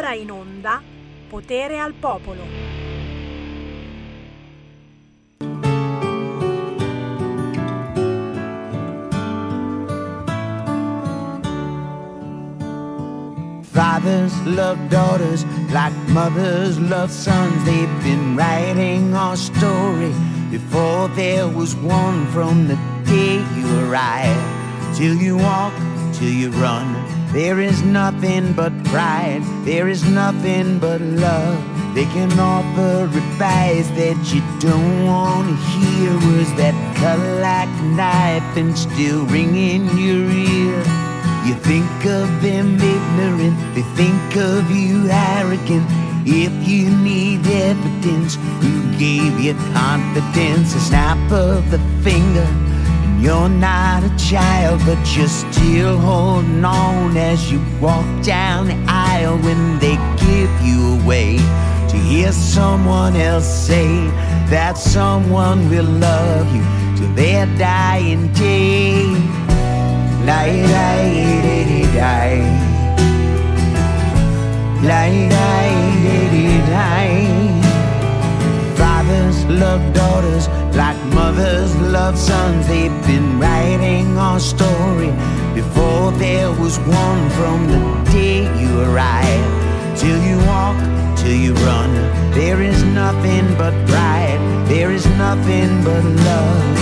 ora in onda Potere al Popolo. Fathers love daughters like mothers love sons. They've been writing our story before there was one. From the day you arrive, till you walk, till you run, there is nothing but pride, there is nothing but love. They can offer advice that you don't want to hear, words that cut like a knife and still ring in your ear. You think of them ignorant, they think of you arrogant. If you need evidence, who gave you confidence? A snap of the finger, and you're not a child, but you're still holding on as you walk down the aisle. When they give you away, to hear someone else say that someone will love you till their dying day. Lie, lie, diddy, die. Lie, lie, diddy, die. Fathers love daughters like mothers love sons. They've been writing our story before there was one. From the day you arrive, till you walk, till you run, there is nothing but pride, there is nothing but love.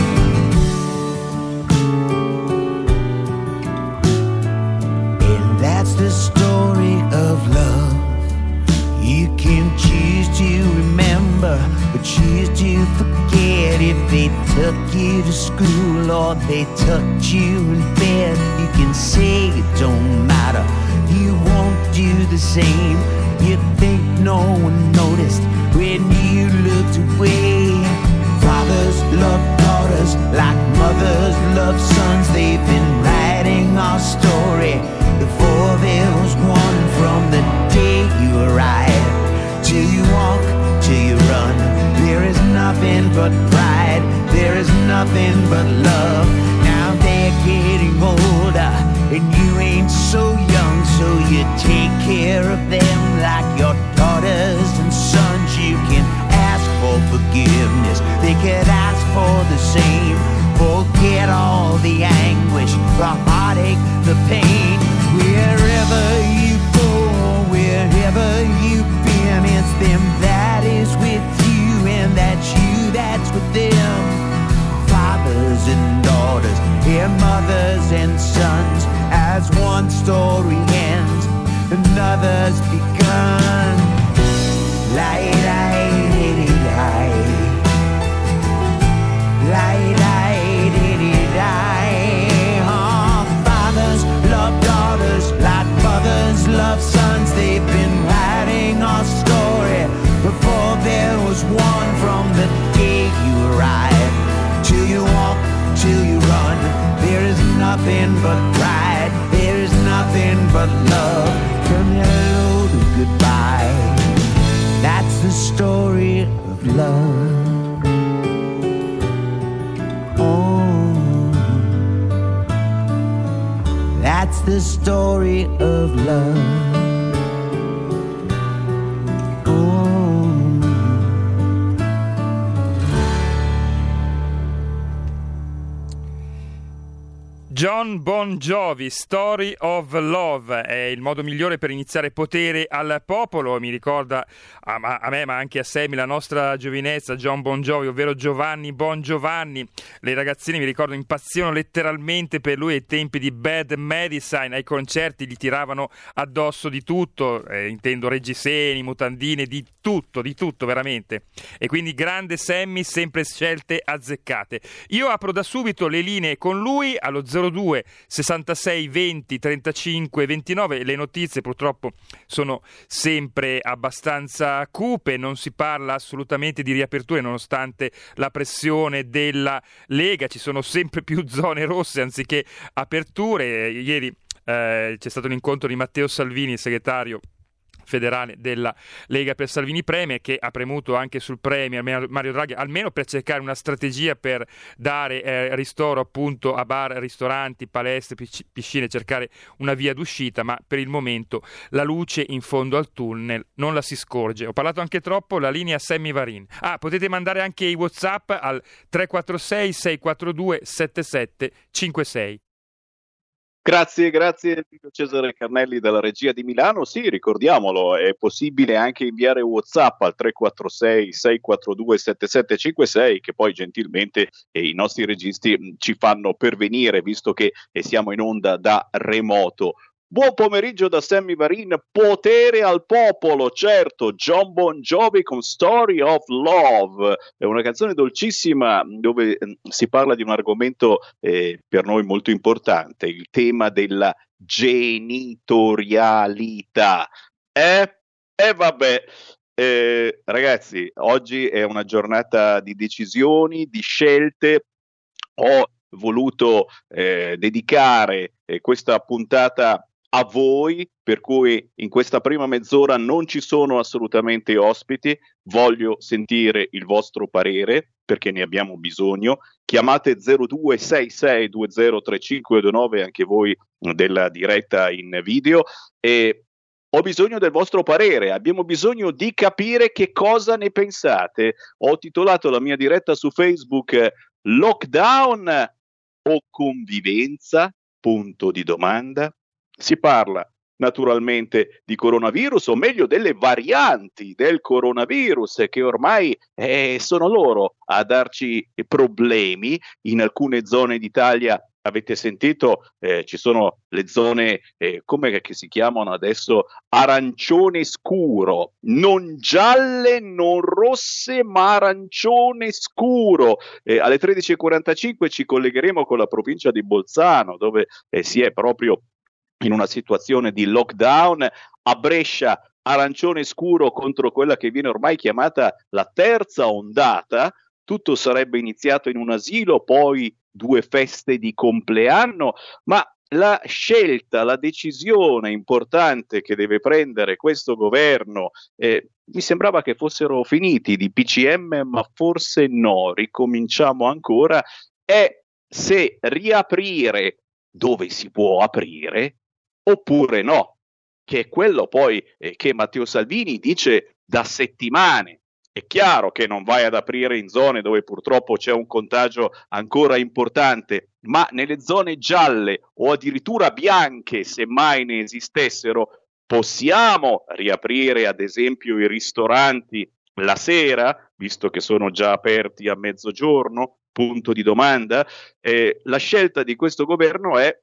That's the story of love. You can choose to remember or choose to forget. If they took you to school or they tucked you in bed, you can say it don't matter, you won't do the same. You think no one noticed when you looked away. Fathers love daughters like mothers love sons. They've been writing our story before there was one. From the day you arrive, till you walk, till you run, there is nothing but pride, there is nothing but love. Now they're getting older and you ain't so young, so you take care of them like your daughters and sons. You can ask for forgiveness, they could ask for the same. Forget all the anguish, the heartache, the pain. Wherever you go, wherever you've been, it's them that is with you, and that's you that's with them. Fathers and daughters, and mothers and sons, as one story ends, another's begun. Lie, lie, diddy, lie. Lie, lie, diddy, lie. Oh, fathers love daughters like mothers love sons. They've been writing our story before there was one. From the day you arrive, till you walk, till you run, there is nothing but pride, there is nothing but love. From hello to goodbye, that's the story of love. Oh, that's the story of love. Jon Bon Jovi, Story of Love, è il modo migliore per iniziare Potere al Popolo. Mi ricorda a me, ma anche a Sammy, la nostra giovinezza, Jon Bon Jovi, ovvero Giovanni Bon Giovanni. Le ragazzine, mi ricordo, impazzivano letteralmente per lui ai tempi di Bad Medicine. Ai concerti gli tiravano addosso di tutto, intendo reggiseni, mutandine, di tutto veramente. E quindi grande Sammy, sempre scelte azzeccate. Io apro da subito le linee con lui allo 02 66 20 35 29. Le notizie purtroppo sono sempre abbastanza cupe, non si parla assolutamente di riaperture nonostante la pressione della Lega, ci sono sempre più zone rosse anziché aperture. Ieri c'è stato un incontro di Matteo Salvini, il segretario federale della Lega per Salvini Premier, che ha premuto anche sul Premier Mario Draghi, almeno per cercare una strategia per dare ristoro appunto a bar, ristoranti, palestre, piscine, cercare una via d'uscita, ma per il momento la luce in fondo al tunnel non la si scorge. Ho parlato anche troppo, la linea Sammy Varin. Potete mandare anche i WhatsApp al 346 642 7756. Grazie Cesare Carnelli della regia di Milano. Sì, ricordiamolo, è possibile anche inviare WhatsApp al 346 642 7756, che poi gentilmente i nostri registi ci fanno pervenire, visto che siamo in onda da remoto. Buon pomeriggio da Sammy Varin, potere al popolo, certo, John Bon Jovi con Story of Love, è una canzone dolcissima dove si parla di un argomento per noi molto importante, il tema della genitorialità. Vabbè, ragazzi, oggi è una giornata di decisioni, di scelte. Ho voluto dedicare questa puntata a voi, per cui in questa prima mezz'ora non ci sono assolutamente ospiti, voglio sentire il vostro parere perché ne abbiamo bisogno. Chiamate 0266203529 anche voi della diretta in video e ho bisogno del vostro parere, abbiamo bisogno di capire che cosa ne pensate. Ho titolato la mia diretta su Facebook Lockdown o convivenza? Punto di domanda. Si parla naturalmente di coronavirus, o meglio delle varianti del coronavirus che ormai sono loro a darci problemi. In alcune zone d'Italia, avete sentito, ci sono le zone, come che si chiamano adesso, arancione scuro, non gialle, non rosse, ma arancione scuro. Alle 13.45 ci collegheremo con la provincia di Bolzano, dove si è proprio in una situazione di lockdown. A Brescia arancione scuro contro quella che viene ormai chiamata la terza ondata. Tutto sarebbe iniziato in un asilo, poi 2 feste di compleanno, ma la scelta, la decisione importante che deve prendere questo governo, mi sembrava che fossero finiti di PCM, ma forse no, ricominciamo ancora, è se riaprire dove si può aprire oppure no, che è quello poi che Matteo Salvini dice da settimane. È chiaro che non vai ad aprire in zone dove purtroppo c'è un contagio ancora importante, ma nelle zone gialle o addirittura bianche, se mai ne esistessero, possiamo riaprire ad esempio i ristoranti la sera, visto che sono già aperti a mezzogiorno? Punto di domanda. La scelta di questo governo è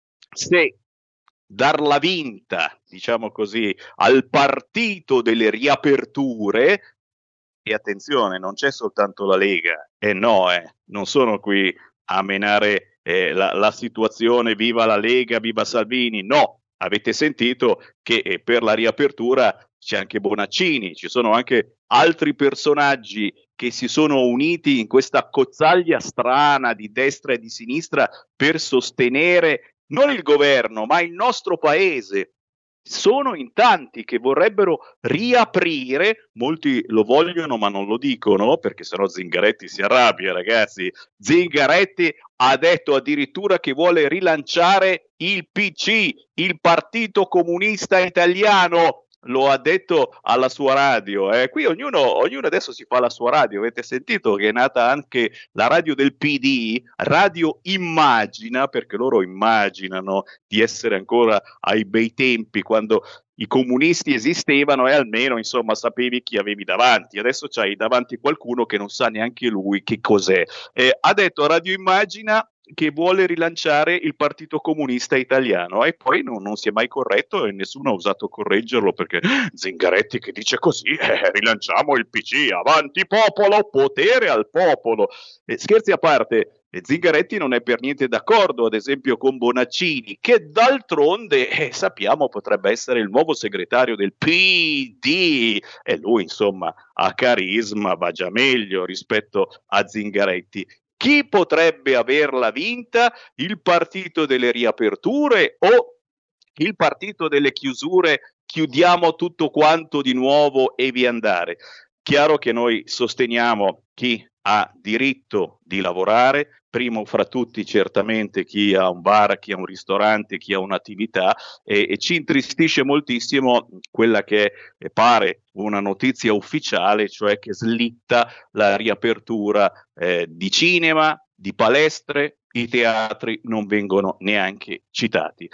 se darla vinta, diciamo così, al partito delle riaperture. E attenzione, non c'è soltanto la Lega, non sono qui a menare la situazione viva la Lega, viva Salvini, no, avete sentito che per la riapertura c'è anche Bonaccini, ci sono anche altri personaggi che si sono uniti in questa accozzaglia strana di destra e di sinistra per sostenere non il governo, ma il nostro paese. Sono in tanti che vorrebbero riaprire, molti lo vogliono ma non lo dicono perché sennò Zingaretti si arrabbia, ragazzi. Zingaretti ha detto addirittura che vuole rilanciare il PC, il Partito Comunista Italiano. Lo ha detto alla sua radio. Qui ognuno adesso si fa la sua radio. Avete sentito che è nata anche la radio del PD, Radio Immagina, perché loro immaginano di essere ancora ai bei tempi quando i comunisti esistevano e almeno insomma sapevi chi avevi davanti. Adesso c'hai davanti qualcuno che non sa neanche lui che cos'è. Ha detto a Radio Immagina che vuole rilanciare il Partito Comunista Italiano e poi non si è mai corretto e nessuno ha osato correggerlo perché Zingaretti che dice così, rilanciamo il PC, avanti popolo, potere al popolo. Scherzi a parte, Zingaretti non è per niente d'accordo ad esempio con Bonaccini, che d'altronde sappiamo potrebbe essere il nuovo segretario del PD e lui insomma ha carisma, va già meglio rispetto a Zingaretti. Chi potrebbe averla vinta? Il partito delle riaperture o il partito delle chiusure chiudiamo tutto quanto di nuovo e via andare. Chiaro che noi sosteniamo chi ha diritto di lavorare, primo fra tutti certamente chi ha un bar, chi ha un ristorante, chi ha un'attività, e ci intristisce moltissimo quella che pare una notizia ufficiale, cioè che slitta la riapertura di cinema, di palestre, i teatri non vengono neanche citati.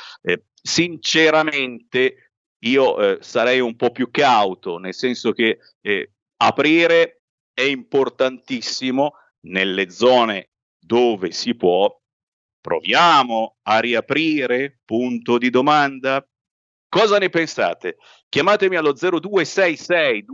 Sinceramente io sarei un po' più cauto, nel senso che aprire è importantissimo nelle zone dove si può. Proviamo a riaprire? Punto di domanda. Cosa ne pensate? Chiamatemi allo 0266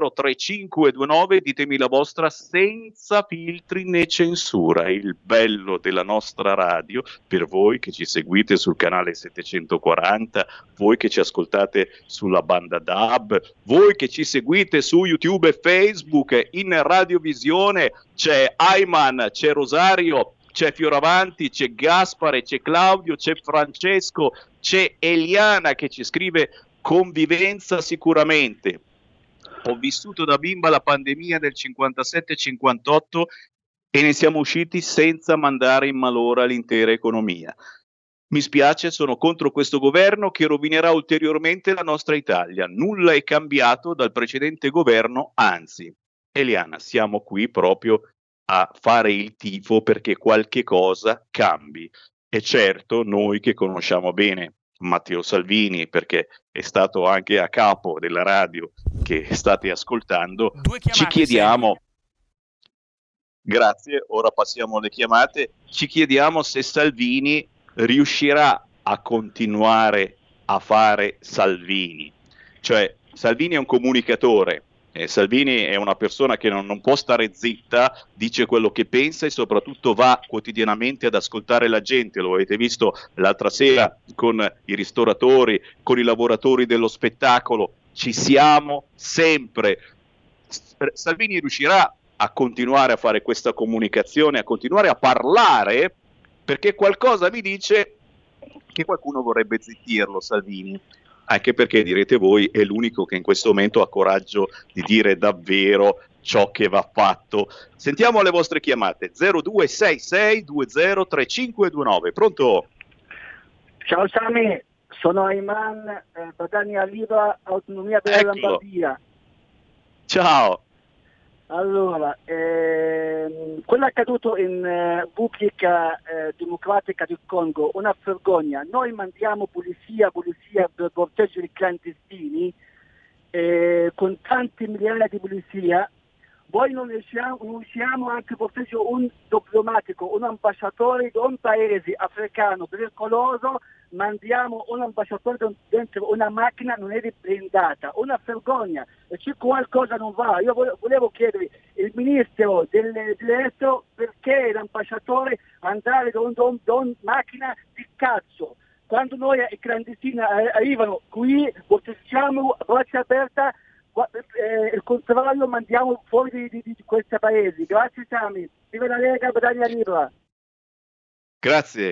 203529, ditemi la vostra senza filtri né censura. Il bello della nostra radio, per voi che ci seguite sul canale 740, voi che ci ascoltate sulla banda DAB, voi che ci seguite su YouTube e Facebook, in radiovisione c'è Ayman, c'è Rosario, c'è Fioravanti, c'è Gaspare, c'è Claudio, c'è Francesco, c'è Eliana che ci scrive convivenza sicuramente. Ho vissuto da bimba la pandemia del 57-58 e ne siamo usciti senza mandare in malora l'intera economia. Mi spiace, sono contro questo governo che rovinerà ulteriormente la nostra Italia. Nulla è cambiato dal precedente governo, anzi. Eliana, siamo qui proprio a fare il tifo perché qualche cosa cambi. E certo, noi che conosciamo bene Matteo Salvini, perché è stato anche a capo della radio che state ascoltando, ci chiediamo, grazie, ora passiamo alle chiamate, ci chiediamo se Salvini riuscirà a continuare a fare Salvini. Cioè, Salvini è un comunicatore, Salvini è una persona che non può stare zitta, dice quello che pensa e soprattutto va quotidianamente ad ascoltare la gente. Lo avete visto l'altra sera con i ristoratori, con i lavoratori dello spettacolo. Ci siamo sempre. Salvini riuscirà a continuare a fare questa comunicazione, a continuare a parlare, perché qualcosa mi dice che qualcuno vorrebbe zittirlo, Salvini. Anche perché, direte voi, è l'unico che in questo momento ha coraggio di dire davvero ciò che va fatto. Sentiamo le vostre chiamate. 0266 203529. Pronto? Ciao Sami, sono Ayman, Padania Libra, Autonomia della Lombardia. Ciao. Allora, quello accaduto in Repubblica Democratica del Congo, una vergogna. Noi mandiamo polizia per proteggere i clandestini con tanti migliaia di polizia. Voi non riusciamo anche a proteggere un diplomatico, un ambasciatore di un paese africano pericoloso. Mandiamo un ambasciatore dentro una macchina non è blindata, una vergogna, e c'è qualcosa non va. Io volevo chiedere il ministro dell'estero perché l'ambasciatore andare da una macchina di cazzo. Quando noi i clandestini arrivano qui, proteggiamo a braccia aperte, il controllo mandiamo fuori di questi paesi. Grazie Sami, viva la Lega, Padania Libera. Grazie,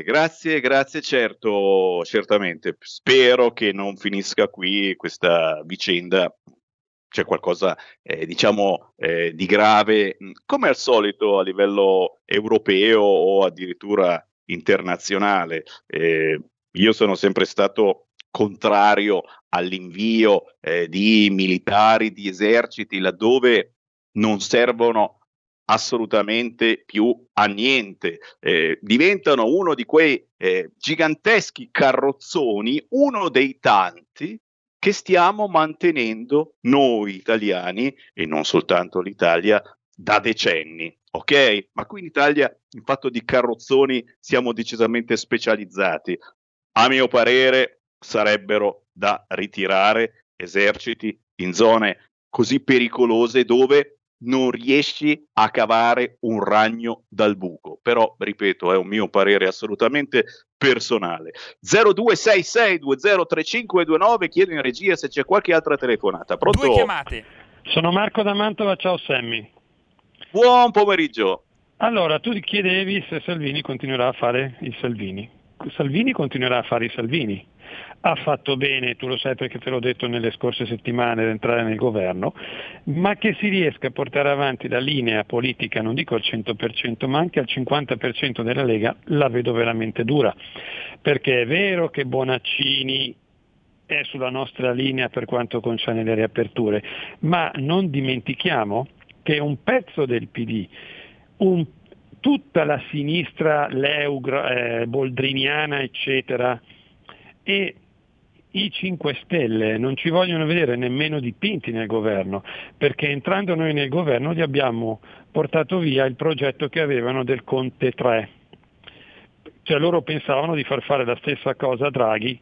certamente. Spero che non finisca qui questa vicenda. C'è qualcosa, di grave, come al solito a livello europeo o addirittura internazionale. Io sono sempre stato contrario all'invio di militari, di eserciti, laddove non servono assolutamente più a niente, diventano uno di quei giganteschi carrozzoni, uno dei tanti che stiamo mantenendo noi italiani, e non soltanto l'Italia, da decenni, ok? Ma qui in Italia in fatto di carrozzoni siamo decisamente specializzati. A mio parere sarebbero da ritirare eserciti in zone così pericolose dove non riesci a cavare un ragno dal buco. Però, ripeto, è un mio parere assolutamente personale. 0266 203529, chiedo in regia se c'è qualche altra telefonata. Pronto? 2 chiamate. Sono Marco da Mantova, ciao Sammy. Buon pomeriggio. Allora, tu ti chiedevi se Salvini continuerà a fare il Salvini. Salvini continuerà a fare i Salvini. Ha fatto bene, tu lo sai perché te l'ho detto nelle scorse settimane, ad entrare nel governo, ma che si riesca a portare avanti la linea politica, non dico al 100%, ma anche al 50% della Lega, la vedo veramente dura. Perché è vero che Bonaccini è sulla nostra linea per quanto concerne le riaperture, ma non dimentichiamo che un pezzo del PD, tutta la sinistra boldriniana eccetera, e i 5 Stelle non ci vogliono vedere nemmeno dipinti nel governo, perché entrando noi nel governo gli abbiamo portato via il progetto che avevano del Conte 3, cioè loro pensavano di far fare la stessa cosa a Draghi,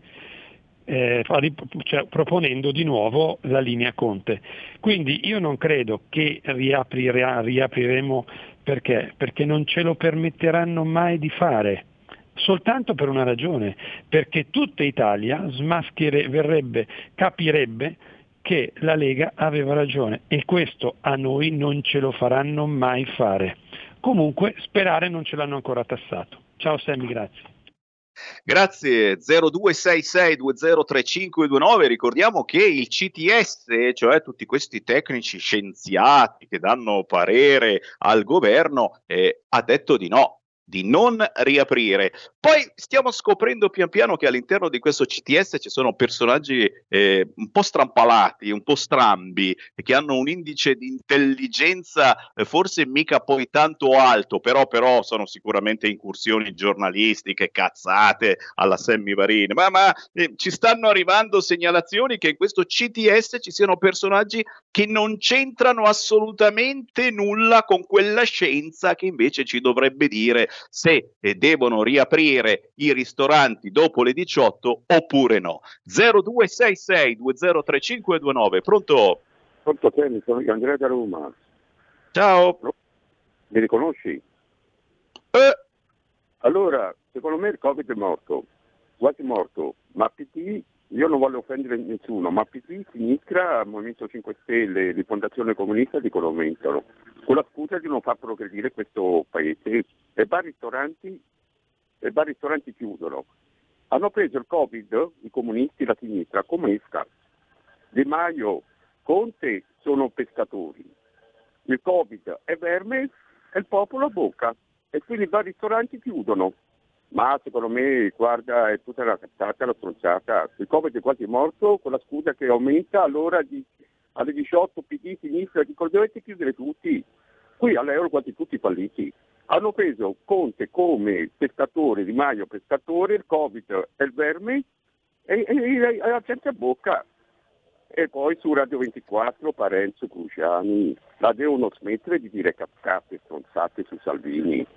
proponendo di nuovo la linea Conte. Quindi io non credo che riapriremo, perché non ce lo permetteranno mai di fare, soltanto per una ragione, perché tutta Italia capirebbe che la Lega aveva ragione, e questo a noi non ce lo faranno mai fare. Comunque sperare non ce l'hanno ancora tassato. Ciao Sammy, grazie. Grazie. 0266203529. Ricordiamo che il CTS, cioè tutti questi tecnici scienziati che danno parere al governo, ha detto di no, di non riaprire. Poi stiamo scoprendo pian piano che all'interno di questo CTS ci sono personaggi un po' strampalati, un po' strambi, che hanno un indice di intelligenza forse mica poi tanto alto, però sono sicuramente incursioni giornalistiche, cazzate alla Sammy Varin, ma ci stanno arrivando segnalazioni che in questo CTS ci siano personaggi che non c'entrano assolutamente nulla con quella scienza che invece ci dovrebbe dire se devono riaprire i ristoranti dopo le 18 oppure no. 0266203529. Pronto? Pronto, Kenny, sono Andrea da Roma. Ciao. Mi riconosci? Allora, secondo me il Covid è morto, quasi morto, ma PD, io non voglio offendere nessuno, ma PD, Sinistra, Movimento 5 Stelle, Rifondazione Comunista dicono aumentano, con la scusa di non far progredire questo paese. E bar ristoranti chiudono. Hanno preso il Covid, i comunisti, la sinistra, come esca. Di Maio, Conte sono pescatori. Il Covid è verme e il popolo a bocca. E quindi i bar ristoranti chiudono. Ma secondo me, guarda, è tutta una cazzata, una stronzata. Il Covid è quasi morto con la scusa che aumenta, allora alle 18 PD, sinistra, dicono dovete chiudere tutti. Qui all'euro quasi tutti falliti. Hanno preso Conte come pescatore, Di Maio pescatore, il Covid è il verme e la gente a bocca. E poi su Radio 24 Parenzo, Cruciani la devono smettere di dire cazzate, stronzate su Salvini.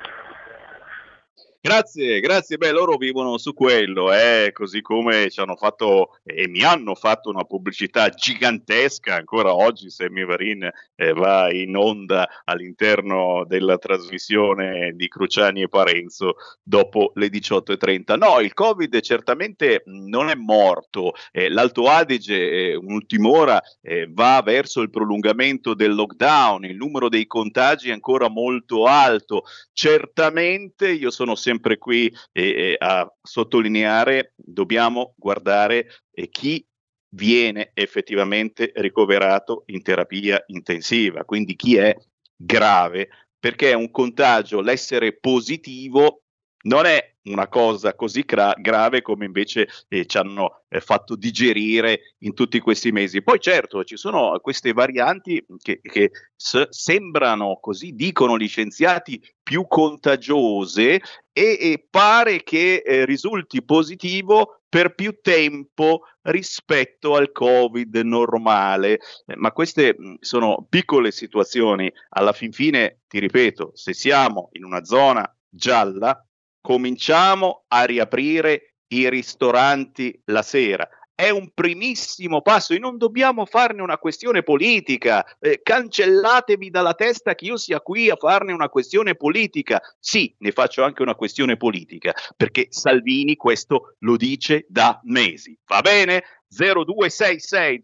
Grazie. Beh, loro vivono su quello, così come ci hanno fatto e mi hanno fatto una pubblicità gigantesca. Ancora oggi Sammy Varin va in onda all'interno della trasmissione di Cruciani e Parenzo dopo le 18:30. No, il Covid certamente non è morto. L'Alto Adige, un'ultim'ora, va verso il prolungamento del lockdown, il numero dei contagi è ancora molto alto. Certamente io sono sempre qui a sottolineare, dobbiamo guardare chi viene effettivamente ricoverato in terapia intensiva, quindi chi è grave, perché un contagio, l'essere positivo non è una cosa così grave come invece ci hanno fatto digerire in tutti questi mesi. Poi certo ci sono queste varianti che sembrano, così dicono gli scienziati, più contagiose e pare che risulti positivo per più tempo rispetto al Covid normale, ma queste sono piccole situazioni. Alla fin fine, ti ripeto, se siamo in una zona gialla, cominciamo a riaprire i ristoranti la sera. È un primissimo passo e non dobbiamo farne una questione politica. Cancellatevi dalla testa che io sia qui a farne una questione politica. Sì, ne faccio anche una questione politica, perché Salvini questo lo dice da mesi. Va bene? 0266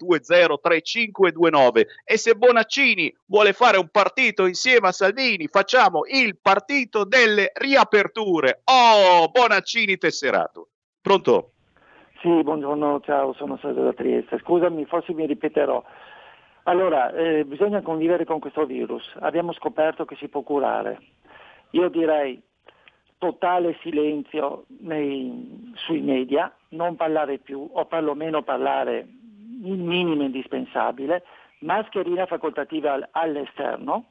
203529. E se Bonaccini vuole fare un partito insieme a Salvini, facciamo il partito delle riaperture. Oh, Bonaccini tesserato. Pronto? Sì, buongiorno, ciao, sono Sergio da Trieste. Scusami, forse mi ripeterò. Allora, bisogna convivere con questo virus. Abbiamo scoperto che si può curare. Io direi totale silenzio sui media, non parlare più, o perlomeno parlare il minimo indispensabile, mascherina facoltativa all'esterno,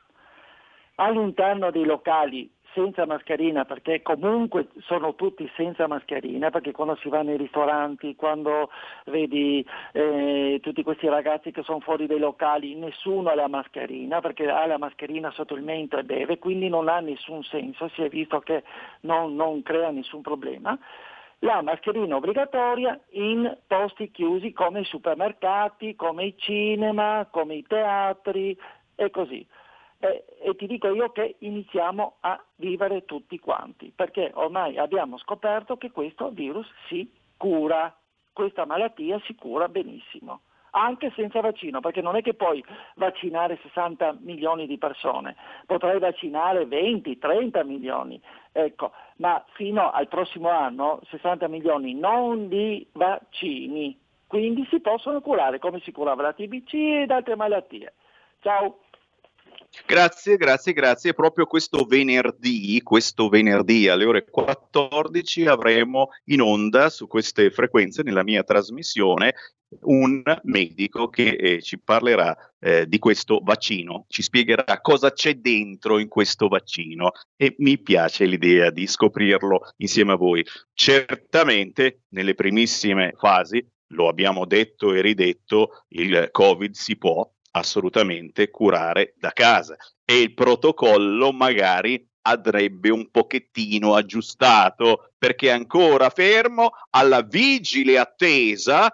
all'interno dei locali senza mascherina, perché comunque sono tutti senza mascherina, perché quando si va nei ristoranti, quando vedi tutti questi ragazzi che sono fuori dai locali, nessuno ha la mascherina, perché ha la mascherina sotto il mento e beve, quindi non ha nessun senso, si è visto che non crea nessun problema. La mascherina obbligatoria in posti chiusi come i supermercati, come i cinema, come i teatri e così. E ti dico io che iniziamo a vivere tutti quanti, perché ormai abbiamo scoperto che questo virus si cura, questa malattia si cura benissimo, anche senza vaccino, perché non è che puoi vaccinare 60 milioni di persone, potrai vaccinare 20, 30 milioni, ecco, ma fino al prossimo anno 60 milioni non di vaccini, quindi si possono curare come si curava la TBC ed altre malattie. Ciao! Grazie. Proprio questo venerdì alle ore 14 avremo in onda su queste frequenze, nella mia trasmissione, un medico che ci parlerà di questo vaccino, ci spiegherà cosa c'è dentro in questo vaccino e mi piace l'idea di scoprirlo insieme a voi. Certamente nelle primissime fasi, lo abbiamo detto e ridetto, il Covid si può assolutamente curare da casa e il protocollo magari andrebbe un pochettino aggiustato, perché è ancora fermo alla vigile attesa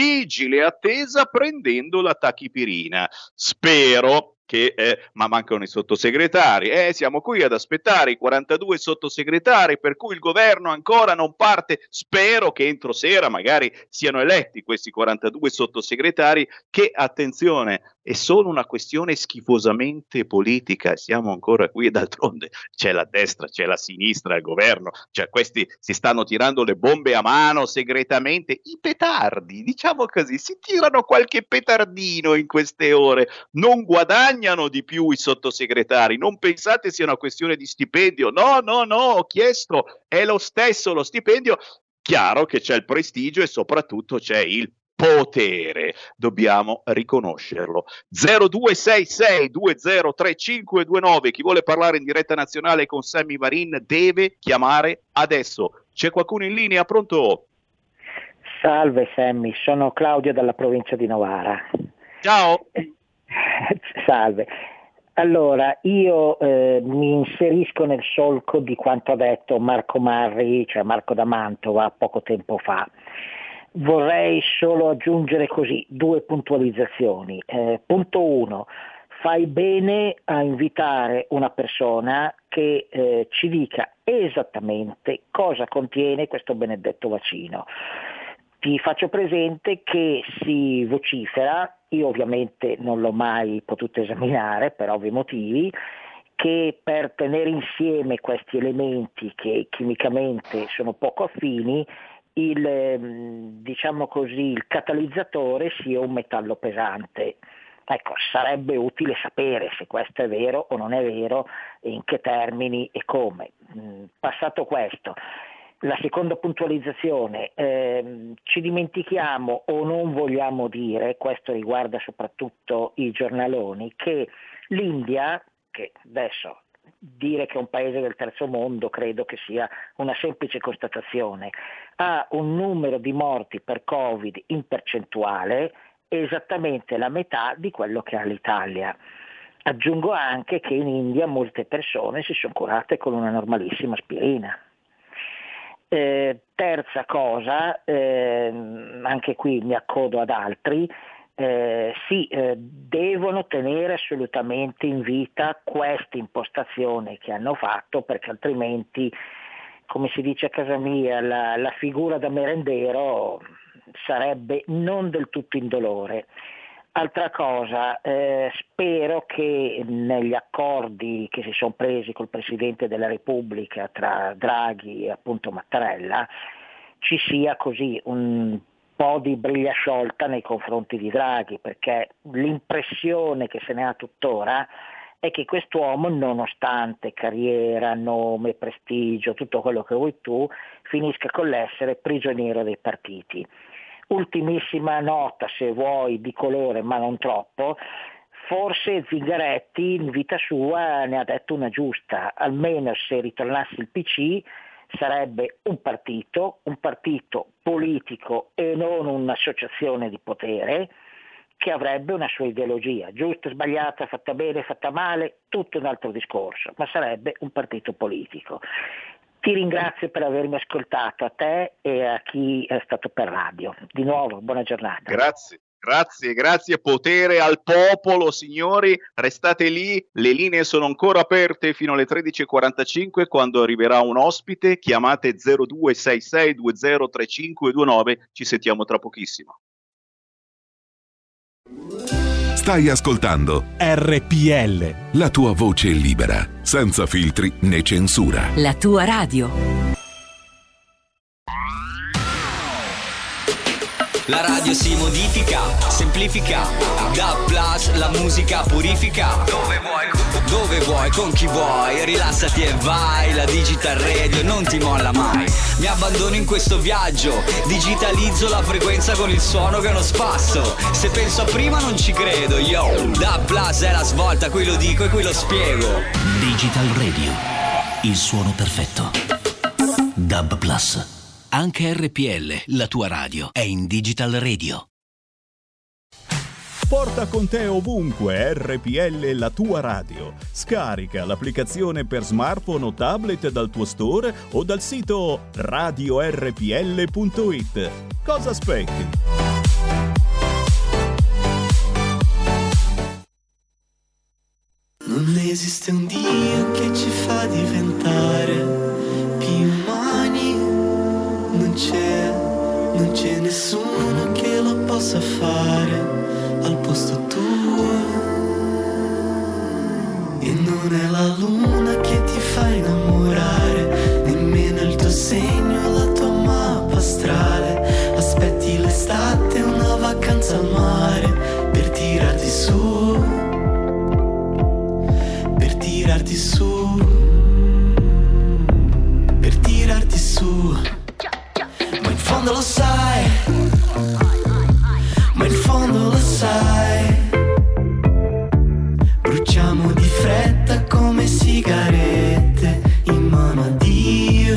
prendendo la tachipirina. Spero che ma mancano i sottosegretari, siamo qui ad aspettare i 42 sottosegretari, per cui il governo ancora non parte. Spero che entro sera magari siano eletti questi 42 sottosegretari, che, attenzione, è solo una questione schifosamente politica, siamo ancora qui e d'altronde c'è la destra, c'è la sinistra, il governo, cioè questi si stanno tirando le bombe a mano segretamente, i petardi, diciamo così, si tirano qualche petardino in queste ore, non guadagnano di più i sottosegretari, non pensate sia una questione di stipendio, no, ho chiesto, è lo stesso lo stipendio, chiaro che c'è il prestigio e soprattutto c'è il potere, dobbiamo riconoscerlo. 0266 203529, chi vuole parlare in diretta nazionale con Sammy Varin deve chiamare adesso. C'è qualcuno in linea? Pronto? Salve Sammy, sono Claudio dalla provincia di Novara. Ciao. Salve. Allora, io mi inserisco nel solco di quanto ha detto Marco Marri, cioè Marco da Mantova, poco tempo fa. Vorrei solo aggiungere così 2 puntualizzazioni. Punto 1, fai bene a invitare una persona che ci dica esattamente cosa contiene questo benedetto vaccino. Ti faccio presente che si vocifera, io ovviamente non l'ho mai potuto esaminare per ovvi motivi, che per tenere insieme questi elementi che chimicamente sono poco affini, diciamo così, il catalizzatore sia un metallo pesante. Ecco, sarebbe utile sapere se questo è vero o non è vero, in che termini e come. Passato questo, la seconda puntualizzazione, ci dimentichiamo o non vogliamo dire, questo riguarda soprattutto i giornaloni, che l'India, che adesso dire che è un paese del terzo mondo credo che sia una semplice constatazione, ha un numero di morti per Covid in percentuale esattamente la metà di quello che ha l'Italia. Aggiungo anche che in India molte persone si sono curate con una normalissima aspirina. Terza cosa, anche qui mi accodo ad altri, devono tenere assolutamente in vita questa impostazione che hanno fatto, perché altrimenti come si dice a casa mia, la figura da merendero sarebbe non del tutto indolore. Altra cosa, spero che negli accordi che si sono presi col Presidente della Repubblica tra Draghi e appunto Mattarella ci sia così un po' di briglia sciolta nei confronti di Draghi, perché l'impressione che se ne ha tuttora è che quest'uomo, nonostante carriera, nome, prestigio, tutto quello che vuoi tu, finisca con l'essere prigioniero dei partiti. Ultimissima nota, se vuoi, di colore ma non troppo, forse Zingaretti in vita sua ne ha detto una giusta, almeno se ritornasse il PC sarebbe un partito politico e non un'associazione di potere che avrebbe una sua ideologia, giusta, sbagliata, fatta bene, fatta male, tutto un altro discorso, ma sarebbe un partito politico. Ti ringrazio per avermi ascoltato, a te e a chi è stato per radio. Di nuovo, buona giornata. Grazie. Potere al popolo, signori. Restate lì, le linee sono ancora aperte fino alle 13.45 quando arriverà un ospite. Chiamate 0266203529. Ci sentiamo tra pochissimo. Stai ascoltando RPL, la tua voce libera, senza filtri né censura. La tua radio. La radio si modifica, semplifica, da plus la musica purifica. Dove vuoi, con chi vuoi, rilassati e vai. La Digital Radio non ti molla mai. Mi abbandono in questo viaggio, digitalizzo la frequenza con il suono che è uno spasso. Se penso a prima non ci credo, yo. Da plus è la svolta, qui lo dico e qui lo spiego. Digital Radio, il suono perfetto. DAB Plus. Anche RPL, la tua radio, è in Digital Radio. Porta con te ovunque RPL, la tua radio. Scarica l'applicazione per smartphone o tablet dal tuo store o dal sito radiorpl.it. Cosa aspetti? Non esiste un Dio che ci fa diventare più umani. Non c'è nessuno che lo possa fare al posto tuo. E non è la luna che ti fa innamorare, nemmeno il tuo segno, la tua mappa astrale. Aspetti l'estate, una vacanza al mare per tirarti su, per tirarti su, per tirarti su. Ma in fondo lo sai, ma in fondo lo sai, bruciamo di fretta come sigarette in mano a Dio.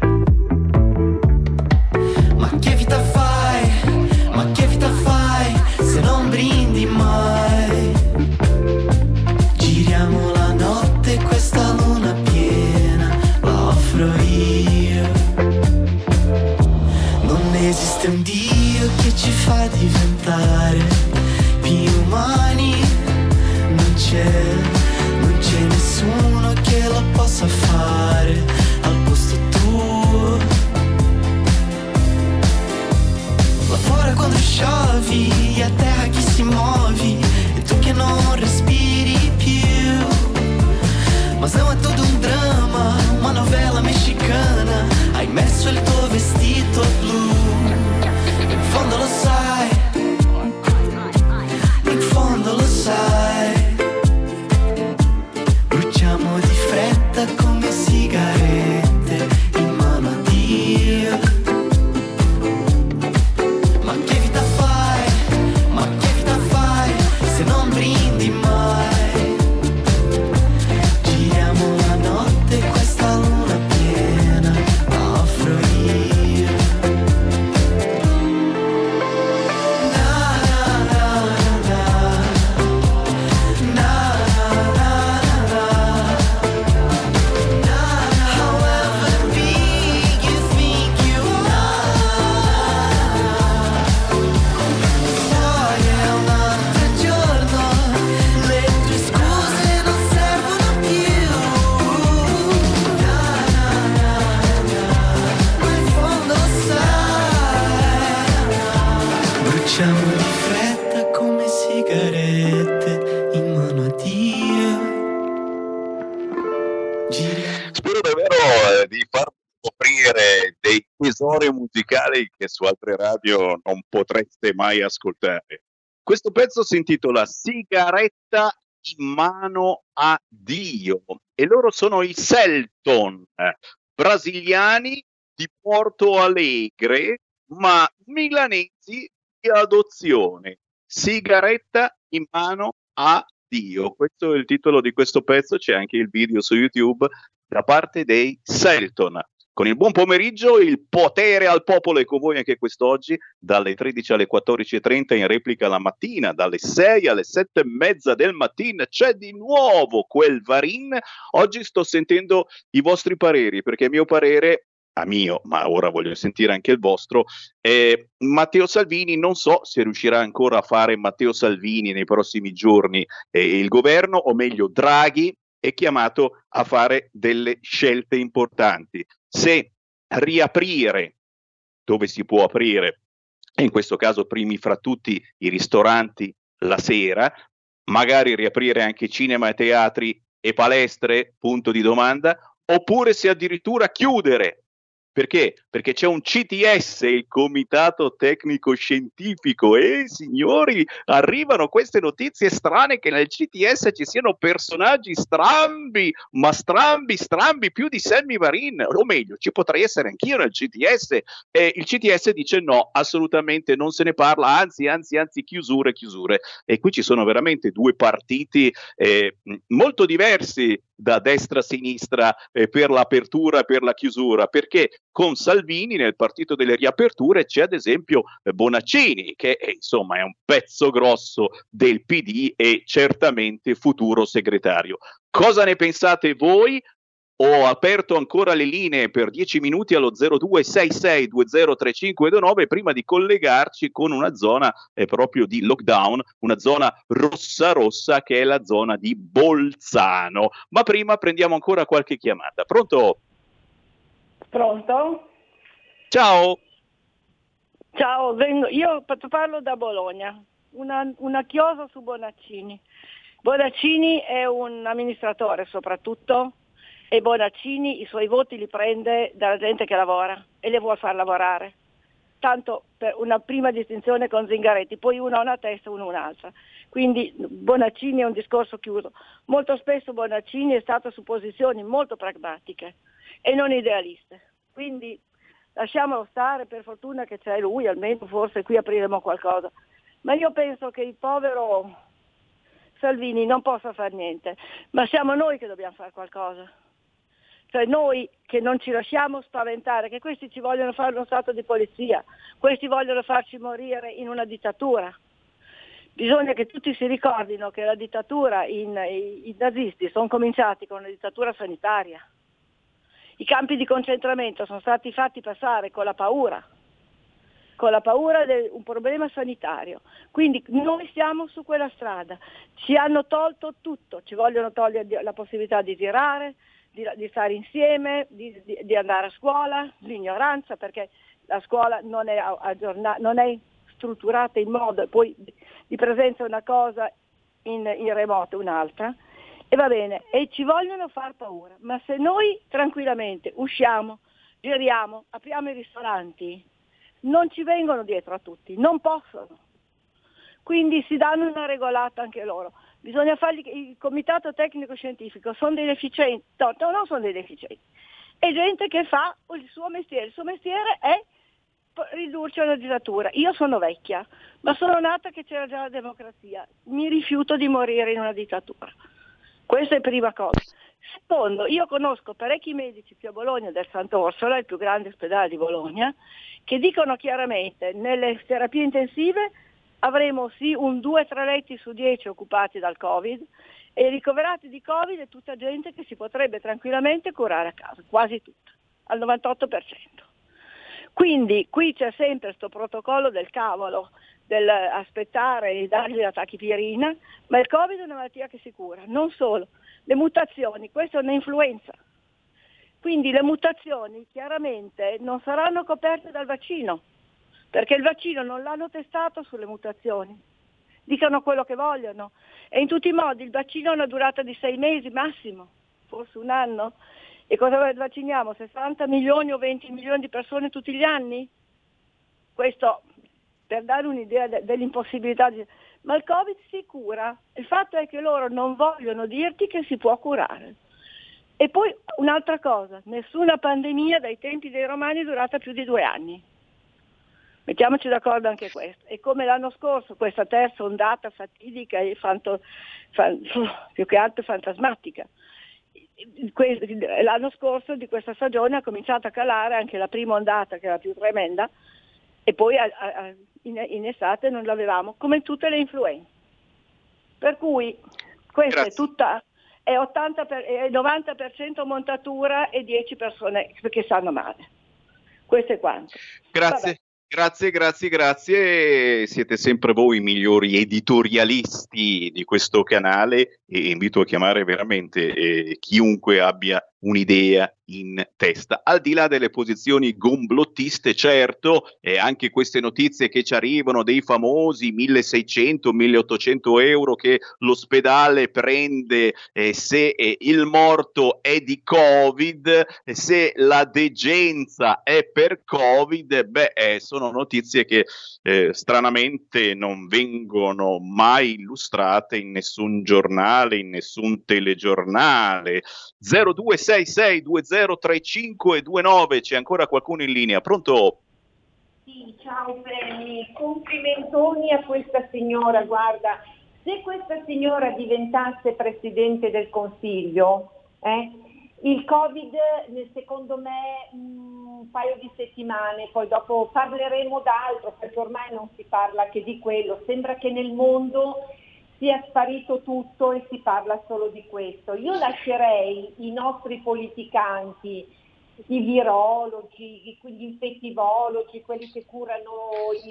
Ma che vita fai, ma che vita fai se non brindi mai? Giriamo la notte, questa luna piena la offro io. Non esiste un Dio che ci fa diventare più umani. Non c'è nessuno che lo possa fare al posto tuo. Là fuori quando sciovi, a terra chi si muovi, e tu che non respiri più. Ma se è tutto un dramma, una novella messicana, hai messo il tuo vestito blu. In fondo lo sai, in fondo lo sai, bruciamo di fretta come sigarette in mano a Dio. Ma che vita fai, ma che vita fai se non brindi mai? Giriamo la notte, questa luna piena la offro io. Lasciamo la fretta come sigarette in mano a Dio. Spero davvero di farvi scoprire dei tesori musicali che su altre radio non potreste mai ascoltare. Questo pezzo si intitola Sigaretta in mano a Dio e loro sono i Selton, brasiliani di Porto Alegre, ma milanesi di adozione. Sigaretta in mano a Dio. Questo è il titolo di questo pezzo, c'è anche il video su YouTube da parte dei Selton. Con il buon pomeriggio, il potere al popolo è con voi anche quest'oggi, dalle 13 alle 14.30 in replica la mattina, dalle 6 alle 7:30 del mattino, c'è di nuovo quel Varin. Oggi sto sentendo i vostri pareri, perché il mio parere, ma ora voglio sentire anche il vostro, Matteo Salvini, non so se riuscirà ancora a fare Matteo Salvini nei prossimi giorni, il governo, o meglio Draghi, è chiamato a fare delle scelte importanti. Se riaprire dove si può aprire, e in questo caso primi fra tutti i ristoranti la sera, magari riaprire anche cinema e teatri e palestre, punto di domanda, oppure se addirittura chiudere. Perché? Perché c'è un CTS, il Comitato Tecnico Scientifico, e signori, arrivano queste notizie strane che nel CTS ci siano personaggi strambi, ma strambi, più di Sammy Varin, o meglio, ci potrei essere anch'io nel CTS, e il CTS dice no, assolutamente non se ne parla, anzi, chiusure, e qui ci sono veramente due partiti molto diversi da destra a sinistra per l'apertura e per la chiusura, perché con Salvini nel partito delle riaperture c'è ad esempio Bonaccini, che insomma è un pezzo grosso del PD e certamente futuro segretario. Cosa ne pensate voi? Ho aperto ancora le linee per 10 minuti allo 0266203529 prima di collegarci con una zona proprio di lockdown, una zona rossa che è la zona di Bolzano. Ma prima prendiamo ancora qualche chiamata. Pronto? Pronto? Ciao. Ciao, io parlo da Bologna, una chiosa su Bonaccini. Bonaccini è un amministratore soprattutto, e Bonaccini i suoi voti li prende dalla gente che lavora e le vuol far lavorare. Tanto per una prima distinzione con Zingaretti, poi uno ha una testa e uno un'altra. Quindi Bonaccini è un discorso chiuso. Molto spesso Bonaccini è stato su posizioni molto pragmatiche e non idealiste. Quindi lasciamolo stare, per fortuna che c'è lui, almeno forse qui apriremo qualcosa. Ma io penso che il povero Salvini non possa fare niente, ma siamo noi che dobbiamo fare qualcosa. Cioè noi che non ci lasciamo spaventare, che questi ci vogliono fare uno stato di polizia, questi vogliono farci morire in una dittatura. Bisogna che tutti si ricordino che la dittatura, i nazisti sono cominciati con una dittatura sanitaria. I campi di concentramento sono stati fatti passare con la paura di un problema sanitario. Quindi noi siamo su quella strada, ci hanno tolto tutto, ci vogliono togliere la possibilità di girare, di stare insieme, di andare a scuola, l'ignoranza, perché la scuola non è non è strutturata in modo, poi di presenza una cosa, in remoto un'altra, e va bene, e ci vogliono far paura, ma se noi tranquillamente usciamo, giriamo, apriamo i ristoranti, non ci vengono dietro a tutti, non possono. Quindi si danno una regolata anche loro. Bisogna fargli, il comitato tecnico scientifico sono dei deficienti, no, non sono dei deficienti, è gente che fa il suo mestiere è ridurci a una dittatura. Io sono vecchia, ma sono nata che c'era già la democrazia, mi rifiuto di morire in una dittatura. Questa è prima cosa. Secondo, io conosco parecchi medici qui a Bologna del Sant'Orsola, il più grande ospedale di Bologna, che dicono chiaramente nelle terapie intensive avremo sì un 2-3 letti su 10 occupati dal Covid, e ricoverati di Covid è tutta gente che si potrebbe tranquillamente curare a casa, quasi tutta, al 98%. Quindi qui c'è sempre questo protocollo del cavolo, del aspettare e dargli la tachipirina, ma il Covid è una malattia che si cura. Non solo, le mutazioni, questa è un'influenza. Quindi le mutazioni chiaramente non saranno coperte dal vaccino, perché il vaccino non l'hanno testato sulle mutazioni. Dicano quello che vogliono. E in tutti i modi il vaccino ha una durata di 6 mesi massimo, forse un anno. E cosa vacciniamo? 60 milioni o 20 milioni di persone tutti gli anni? Questo per dare un'idea dell'impossibilità di... Ma il Covid si cura. Il fatto è che loro non vogliono dirti che si può curare. E poi un'altra cosa, nessuna pandemia dai tempi dei Romani è durata più di 2 anni. Mettiamoci d'accordo anche questo. E come l'anno scorso, questa terza ondata fatidica e più che altro fantasmatica. L'anno scorso di questa stagione ha cominciato a calare anche la prima ondata, che era più tremenda, e poi in estate non l'avevamo, come tutte le influenze. Per cui questa è tutta, è 90% montatura e 10 persone che stanno male. Questo è quanto. Grazie. Grazie, siete sempre voi i migliori editorialisti di questo canale e invito a chiamare veramente chiunque abbia un'idea in testa, al di là delle posizioni gomblottiste, certo, e anche queste notizie che ci arrivano dei famosi 1.600-1.800 euro che l'ospedale prende se il morto è di Covid, se la degenza è per Covid, sono notizie che stranamente non vengono mai illustrate in nessun giornale, in nessun telegiornale. 0266203529, c'è ancora qualcuno in linea, pronto? Sì, ciao Femi, complimentoni a questa signora, guarda, se questa signora diventasse Presidente del Consiglio, il Covid secondo me un paio di settimane, poi dopo parleremo d'altro perché ormai non si parla che di quello, sembra che nel mondo sia sparito tutto e si parla solo di questo. Io lascerei i nostri politicanti, i virologi, gli infettivologi, quelli che curano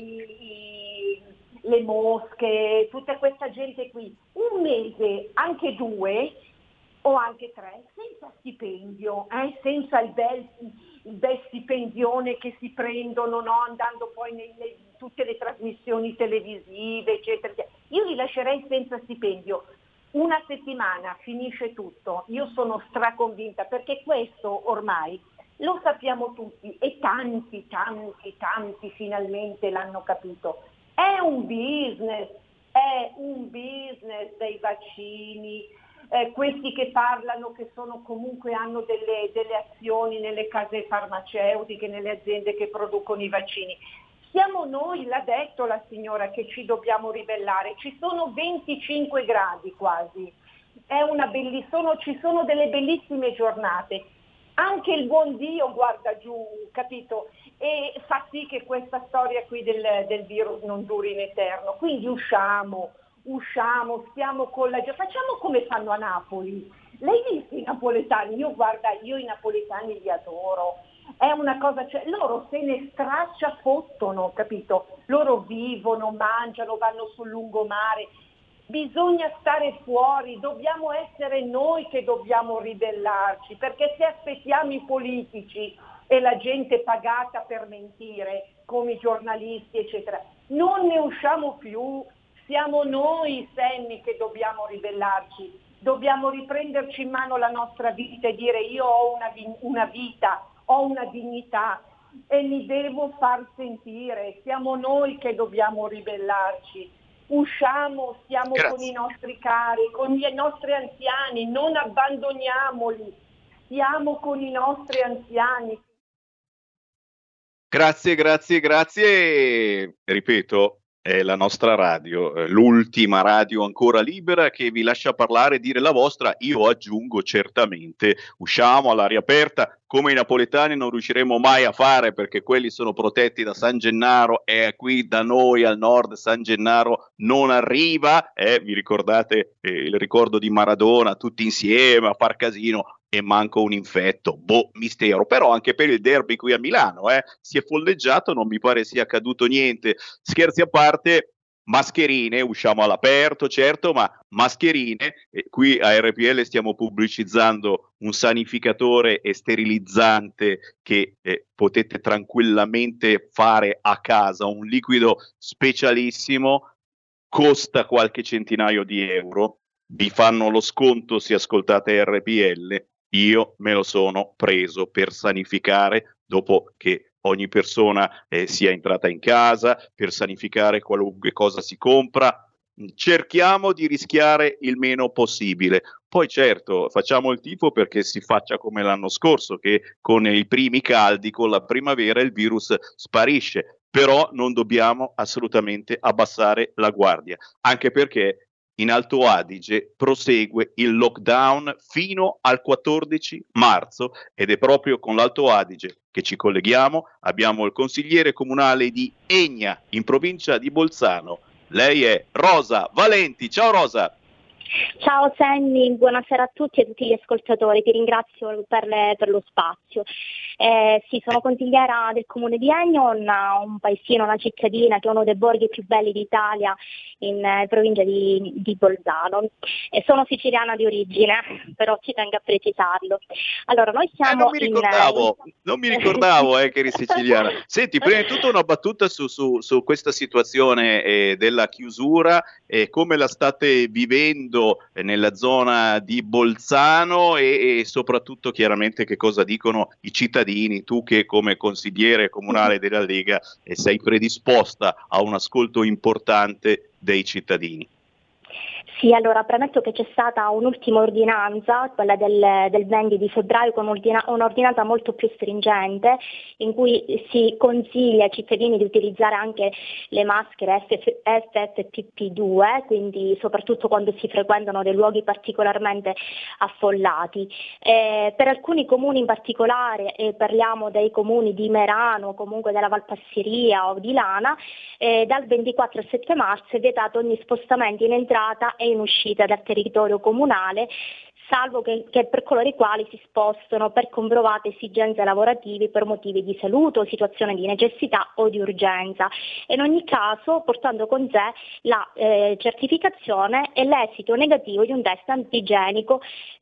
le mosche, tutta questa gente qui, un mese, anche 2 o anche 3, senza stipendio, senza il bel stipendione che si prendono, no? Andando poi tutte le trasmissioni televisive, eccetera. Io li lascerei senza stipendio. Una settimana finisce tutto. Io sono straconvinta perché questo ormai lo sappiamo tutti e tanti finalmente l'hanno capito. È un business dei vaccini. Questi che parlano che sono comunque hanno delle azioni nelle case farmaceutiche, nelle aziende che producono i vaccini. Siamo noi, l'ha detto la signora, che ci dobbiamo ribellare. Ci sono 25 gradi quasi. Ci sono delle bellissime giornate. Anche il buon Dio guarda giù, capito? E fa sì che questa storia qui del virus non duri in eterno. Quindi usciamo, stiamo facciamo come fanno a Napoli. Lei visto i napoletani? Io i napoletani li adoro. È una cosa, cioè, loro se ne stracciafottono, capito? Loro vivono, mangiano, vanno sul lungomare. Bisogna stare fuori, dobbiamo essere noi che dobbiamo ribellarci, perché se aspettiamo i politici e la gente pagata per mentire, come i giornalisti, eccetera, non ne usciamo più. Siamo noi, Sammy, che dobbiamo ribellarci, dobbiamo riprenderci in mano la nostra vita e dire io ho una vita, ho una dignità e mi devo far sentire. Siamo noi che dobbiamo ribellarci. Usciamo, stiamo con i nostri cari, con i nostri anziani, non abbandoniamoli, stiamo con i nostri anziani. Grazie. Ripeto, è la nostra radio, l'ultima radio ancora libera che vi lascia parlare e dire la vostra. Io aggiungo certamente, usciamo all'aria aperta, come i napoletani non riusciremo mai a fare perché quelli sono protetti da San Gennaro e qui da noi al nord San Gennaro non arriva, vi ricordate il ricordo di Maradona, tutti insieme a far casino e manco un infetto, mistero. Però anche per il derby qui a Milano si è folleggiato, non mi pare sia accaduto niente. Scherzi a parte, mascherine, usciamo all'aperto, certo, ma mascherine, qui a RPL stiamo pubblicizzando un sanificatore e sterilizzante che potete tranquillamente fare a casa, un liquido specialissimo, costa qualche centinaio di euro, vi fanno lo sconto se ascoltate RPL, io me lo sono preso per sanificare dopo che ogni persona sia entrata in casa, per sanificare qualunque cosa si compra. Cerchiamo di rischiare il meno possibile. Poi certo, facciamo il tifo perché si faccia come l'anno scorso, che con i primi caldi, con la primavera, il virus sparisce. Però non dobbiamo assolutamente abbassare la guardia, anche perché in Alto Adige prosegue il lockdown fino al 14 marzo ed è proprio con l'Alto Adige che ci colleghiamo. Abbiamo il consigliere comunale di Egna, in provincia di Bolzano. Lei è Rosa Valenti. Ciao Rosa. Ciao Senni, buonasera a tutti e a tutti gli ascoltatori, ti ringrazio per lo spazio. Sì, sono consigliera del comune di Egno, un paesino, una cittadina che è uno dei borghi più belli d'Italia in provincia di Bolzano. Sono siciliana di origine, però ci tengo a precisarlo. Allora, noi siamo non mi ricordavo che eri siciliana. Senti, prima di tutto una battuta su questa situazione della chiusura, come la state vivendo nella zona di Bolzano e soprattutto chiaramente che cosa dicono i cittadini, tu che come consigliere comunale della Lega sei predisposta a un ascolto importante dei cittadini. Sì, allora premetto che c'è stata un'ultima ordinanza, quella del 20 di febbraio, con un'ordinanza molto più stringente, in cui si consiglia ai cittadini di utilizzare anche le maschere FFP2, quindi soprattutto quando si frequentano dei luoghi particolarmente affollati. Per alcuni comuni in particolare, parliamo dei comuni di Merano, comunque della Valpassiria o di Lana, dal 24 al 7 marzo è vietato ogni spostamento in entrata e in uscita dal territorio comunale, salvo che per coloro i quali si spostano per comprovate esigenze lavorative per motivi di salute o situazione di necessità o di urgenza, in ogni caso portando con sé la certificazione e l'esito negativo di un test antigenico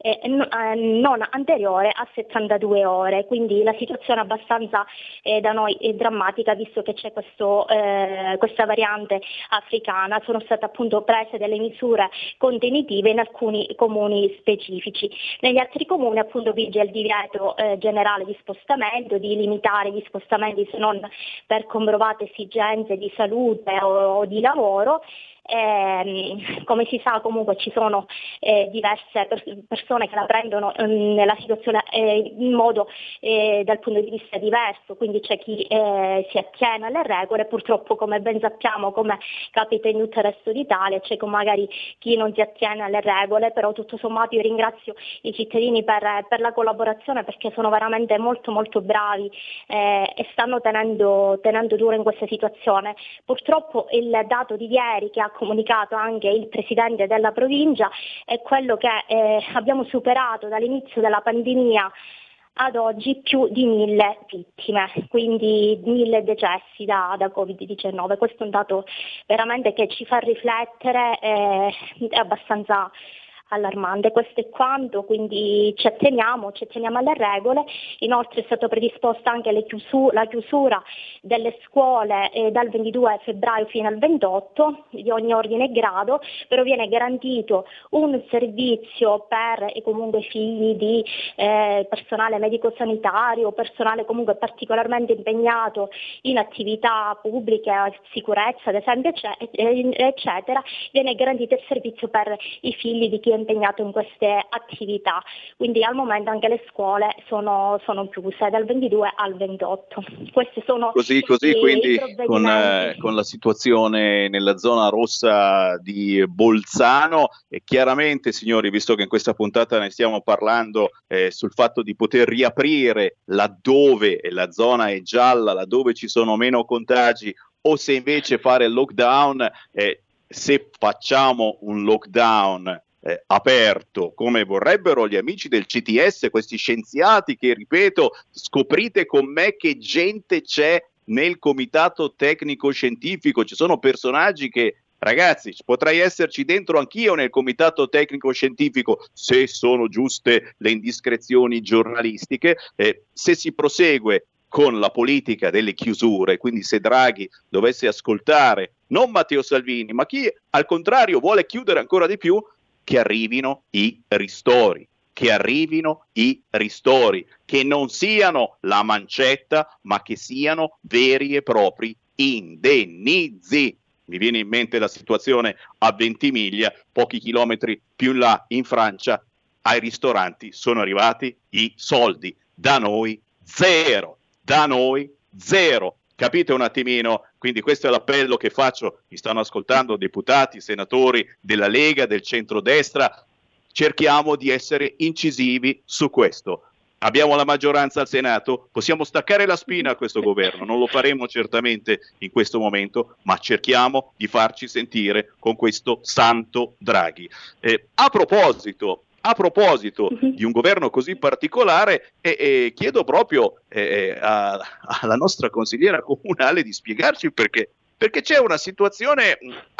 non anteriore a 72 ore, quindi la situazione è abbastanza da noi drammatica, visto che c'è questa variante africana. Sono state appunto prese delle misure contenitive in alcuni comuni specifici. Negli altri comuni appunto vige il divieto generale di spostamento, di limitare gli spostamenti se non per comprovate esigenze di salute o di lavoro. Come si sa comunque ci sono diverse persone che la prendono nella situazione in modo dal punto di vista diverso, quindi c'è chi si attiene alle regole, purtroppo come ben sappiamo, come capita in tutto il resto d'Italia, c'è magari chi non si attiene alle regole, però tutto sommato io ringrazio i cittadini per la collaborazione, perché sono veramente molto molto bravi e stanno tenendo duro in questa situazione. Purtroppo il dato di ieri che ha comunicato anche il presidente della provincia è quello che abbiamo superato dall'inizio della pandemia ad oggi più di 1000 vittime, quindi 1000 decessi da Covid-19. Questo è un dato veramente che ci fa riflettere, è abbastanza allarmante. Questo è quanto, quindi ci atteniamo alle regole. Inoltre è stata predisposta anche la chiusura delle scuole dal 22 febbraio fino al 28 di ogni ordine e grado, però viene garantito un servizio per comunque figli di personale medico-sanitario, personale comunque particolarmente impegnato in attività pubbliche, sicurezza ad esempio, eccetera. Viene garantito il servizio per i figli di chi è impegnato in queste attività, quindi al momento anche le scuole sono chiuse dal 22 al 28. Questi sono così quindi con la situazione nella zona rossa di Bolzano, e chiaramente signori, visto che in questa puntata ne stiamo parlando sul fatto di poter riaprire laddove la zona è gialla, laddove ci sono meno contagi, o se invece fare il lockdown, se facciamo un lockdown aperto come vorrebbero gli amici del CTS, questi scienziati che, ripeto, scoprite con me che gente c'è nel comitato tecnico scientifico, ci sono personaggi che ragazzi, potrei esserci dentro anch'io nel comitato tecnico scientifico se sono giuste le indiscrezioni giornalistiche, se si prosegue con la politica delle chiusure, quindi se Draghi dovesse ascoltare non Matteo Salvini, ma chi al contrario vuole chiudere ancora di più, che arrivino i ristori, che non siano la mancetta, ma che siano veri e propri indennizi. Mi viene in mente la situazione a Ventimiglia, pochi chilometri più in là in Francia, ai ristoranti sono arrivati i soldi, da noi zero. Capite un attimino? Quindi questo è l'appello che faccio. Mi stanno ascoltando deputati, senatori della Lega, del centrodestra. Cerchiamo di essere incisivi su questo. Abbiamo la maggioranza al Senato, possiamo staccare la spina a questo governo, non lo faremo certamente in questo momento, ma cerchiamo di farci sentire con questo santo Draghi. A proposito di un governo così particolare, chiedo proprio alla nostra consigliera comunale di spiegarci perché c'è una situazione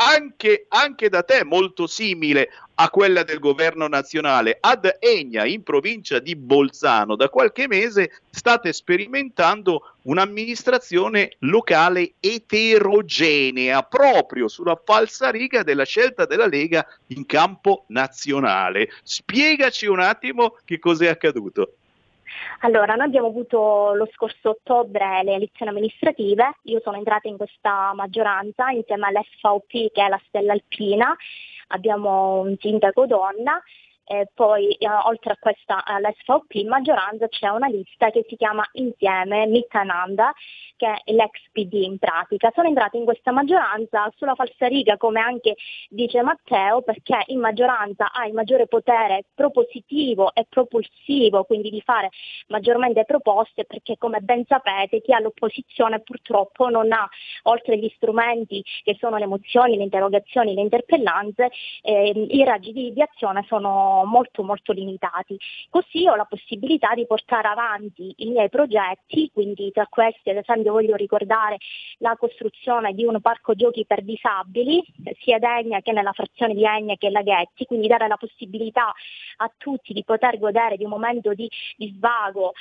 anche da te molto simile a quella del governo nazionale. Ad Egna, in provincia di Bolzano, da qualche mese state sperimentando un'amministrazione locale eterogenea, proprio sulla falsariga della scelta della Lega in campo nazionale. Spiegaci un attimo che cos'è accaduto. Allora, noi abbiamo avuto lo scorso ottobre le elezioni amministrative, io sono entrata in questa maggioranza insieme all'SVP, che è la Stella Alpina, abbiamo un sindaco donna, poi oltre a questa all'SVP in maggioranza c'è una lista che si chiama Insieme Mittananda, che è l'ex PD in pratica. Sono entrata in questa maggioranza sulla falsariga, come anche dice Matteo, perché in maggioranza ha il maggiore potere propositivo e propulsivo, quindi di fare maggiormente proposte, perché come ben sapete chi ha l'opposizione purtroppo non ha, oltre agli strumenti che sono le mozioni, le interrogazioni, le interpellanze, i raggi di azione sono molto molto limitati. Così ho la possibilità di portare avanti i miei progetti, quindi tra questi ad esempio voglio ricordare la costruzione di un parco giochi per disabili, sia ad Egna che nella frazione di Egna che Laghetti, quindi dare la possibilità a tutti di poter godere di un momento di svago,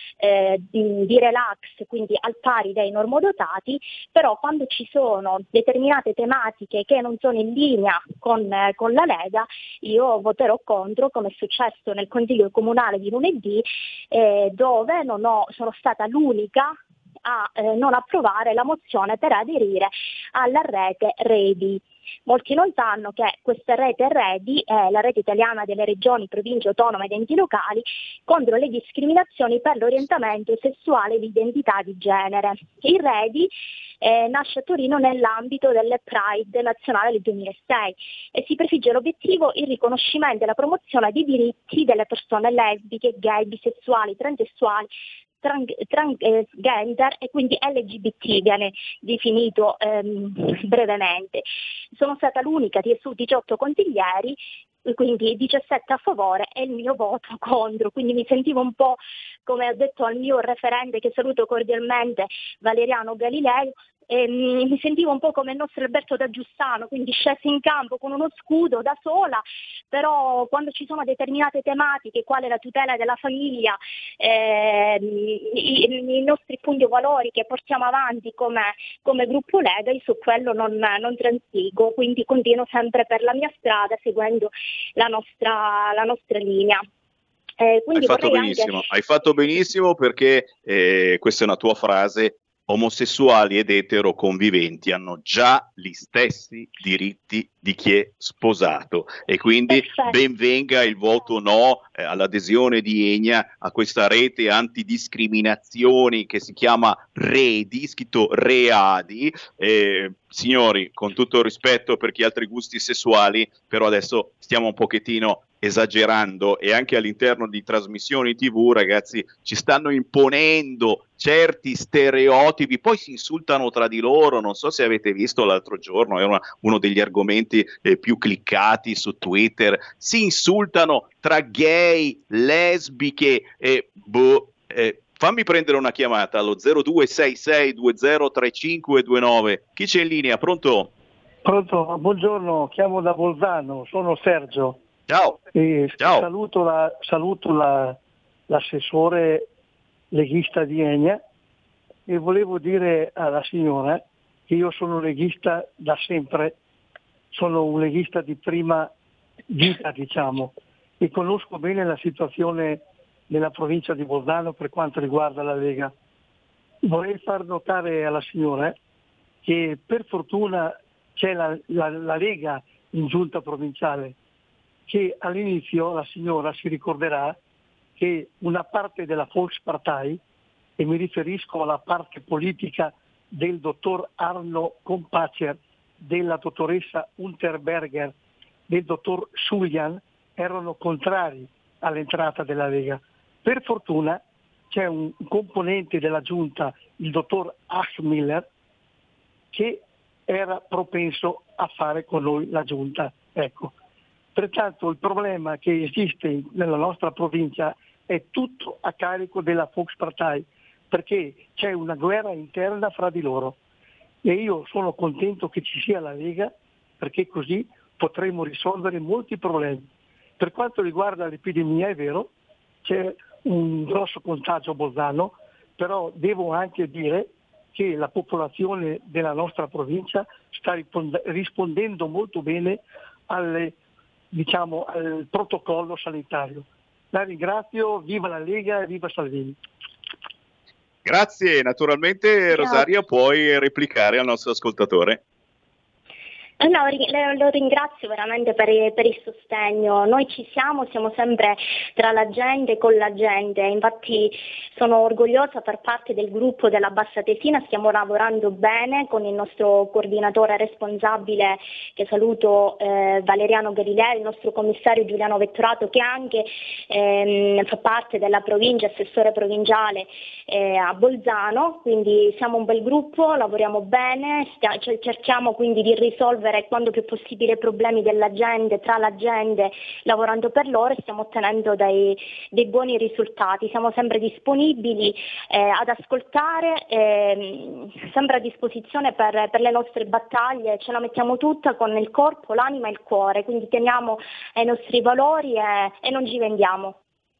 di relax, quindi al pari dei normodotati, però quando ci sono determinate tematiche che non sono in linea con la Lega, io voterò contro, come è successo nel Consiglio Comunale di lunedì, dove sono stata l'unica a non approvare la mozione per aderire alla rete REDI. Molti non sanno che questa rete REDI è la rete italiana delle regioni, province autonome ed enti locali contro le discriminazioni per l'orientamento sessuale e l'identità di genere. Il REDI nasce a Torino nell'ambito delle Pride nazionale del 2006 e si prefigge l'obiettivo il riconoscimento e la promozione dei diritti delle persone lesbiche, gay, bisessuali, transessuali, transgender e quindi LGBT viene definito brevemente. Sono stata l'unica su 18 consiglieri, quindi 17 a favore e il mio voto contro, quindi mi sentivo un po', come ho detto al mio referente che saluto cordialmente, Valeriano Galileo, e mi sentivo un po' come il nostro Alberto da Giussano, quindi scesi in campo con uno scudo da sola, però quando ci sono determinate tematiche, quale la tutela della famiglia, i nostri punti valori che portiamo avanti come gruppo Lega, io su quello non transigo, quindi continuo sempre per la mia strada seguendo la nostra linea. Hai fatto benissimo perché questa è una tua frase. Omosessuali ed etero conviventi hanno già gli stessi diritti di chi è sposato e quindi ben venga il voto no all'adesione di Egna a questa rete antidiscriminazioni che si chiama REDI, scritto READI. Signori, con tutto il rispetto per chi ha altri gusti sessuali, però adesso stiamo un pochettino esagerando e anche all'interno di trasmissioni TV, ragazzi, ci stanno imponendo certi stereotipi, poi si insultano tra di loro. Non so se avete visto l'altro giorno, era uno degli argomenti più cliccati su Twitter, si insultano tra gay, lesbiche fammi prendere una chiamata allo 0266203529. Chi c'è in linea? Pronto? Pronto, buongiorno, chiamo da Bolzano, sono Sergio. Ciao. Ciao. Saluto l'assessore leghista di Egna e volevo dire alla signora che io sono leghista da sempre, sono un leghista di prima vita, diciamo, e conosco bene la situazione nella provincia di Bolzano per quanto riguarda la Lega. Vorrei far notare alla signora che per fortuna c'è la Lega in giunta provinciale, che all'inizio la signora si ricorderà che una parte della Volkspartei, e mi riferisco alla parte politica del dottor Arno Kompatscher, della dottoressa Unterberger, del dottor Julian, erano contrari all'entrata della Lega. Per fortuna c'è un componente della giunta, il dottor Achmiller, che era propenso a fare con noi la giunta. Ecco. Pertanto il problema che esiste nella nostra provincia è tutto a carico della Volkspartei, perché c'è una guerra interna fra di loro e io sono contento che ci sia la Lega, perché così potremo risolvere molti problemi. Per quanto riguarda l'epidemia è vero, c'è un grosso contagio a Bolzano, però devo anche dire che la popolazione della nostra provincia sta rispondendo molto bene al protocollo sanitario. La ringrazio, viva la Lega e viva Salvini. Grazie, naturalmente Rosaria puoi replicare al nostro ascoltatore. No, lo ringrazio veramente per il sostegno. Noi ci siamo sempre tra la gente e con la gente. Infatti sono orgogliosa per parte del gruppo della Bassa Tesina, stiamo lavorando bene con il nostro coordinatore responsabile, che saluto, Valeriano Galilei, il nostro commissario Giuliano Vettorato, che anche fa parte della provincia, assessore provinciale a Bolzano, quindi siamo un bel gruppo, lavoriamo bene, cerchiamo quindi di risolvere quando più possibile i problemi della gente, tra la gente, lavorando per loro, e stiamo ottenendo dei buoni risultati. Siamo sempre disponibili ad ascoltare, sempre a disposizione per le nostre battaglie, ce la mettiamo tutta con il corpo, l'anima e il cuore, quindi teniamo ai nostri valori e non ci vendiamo.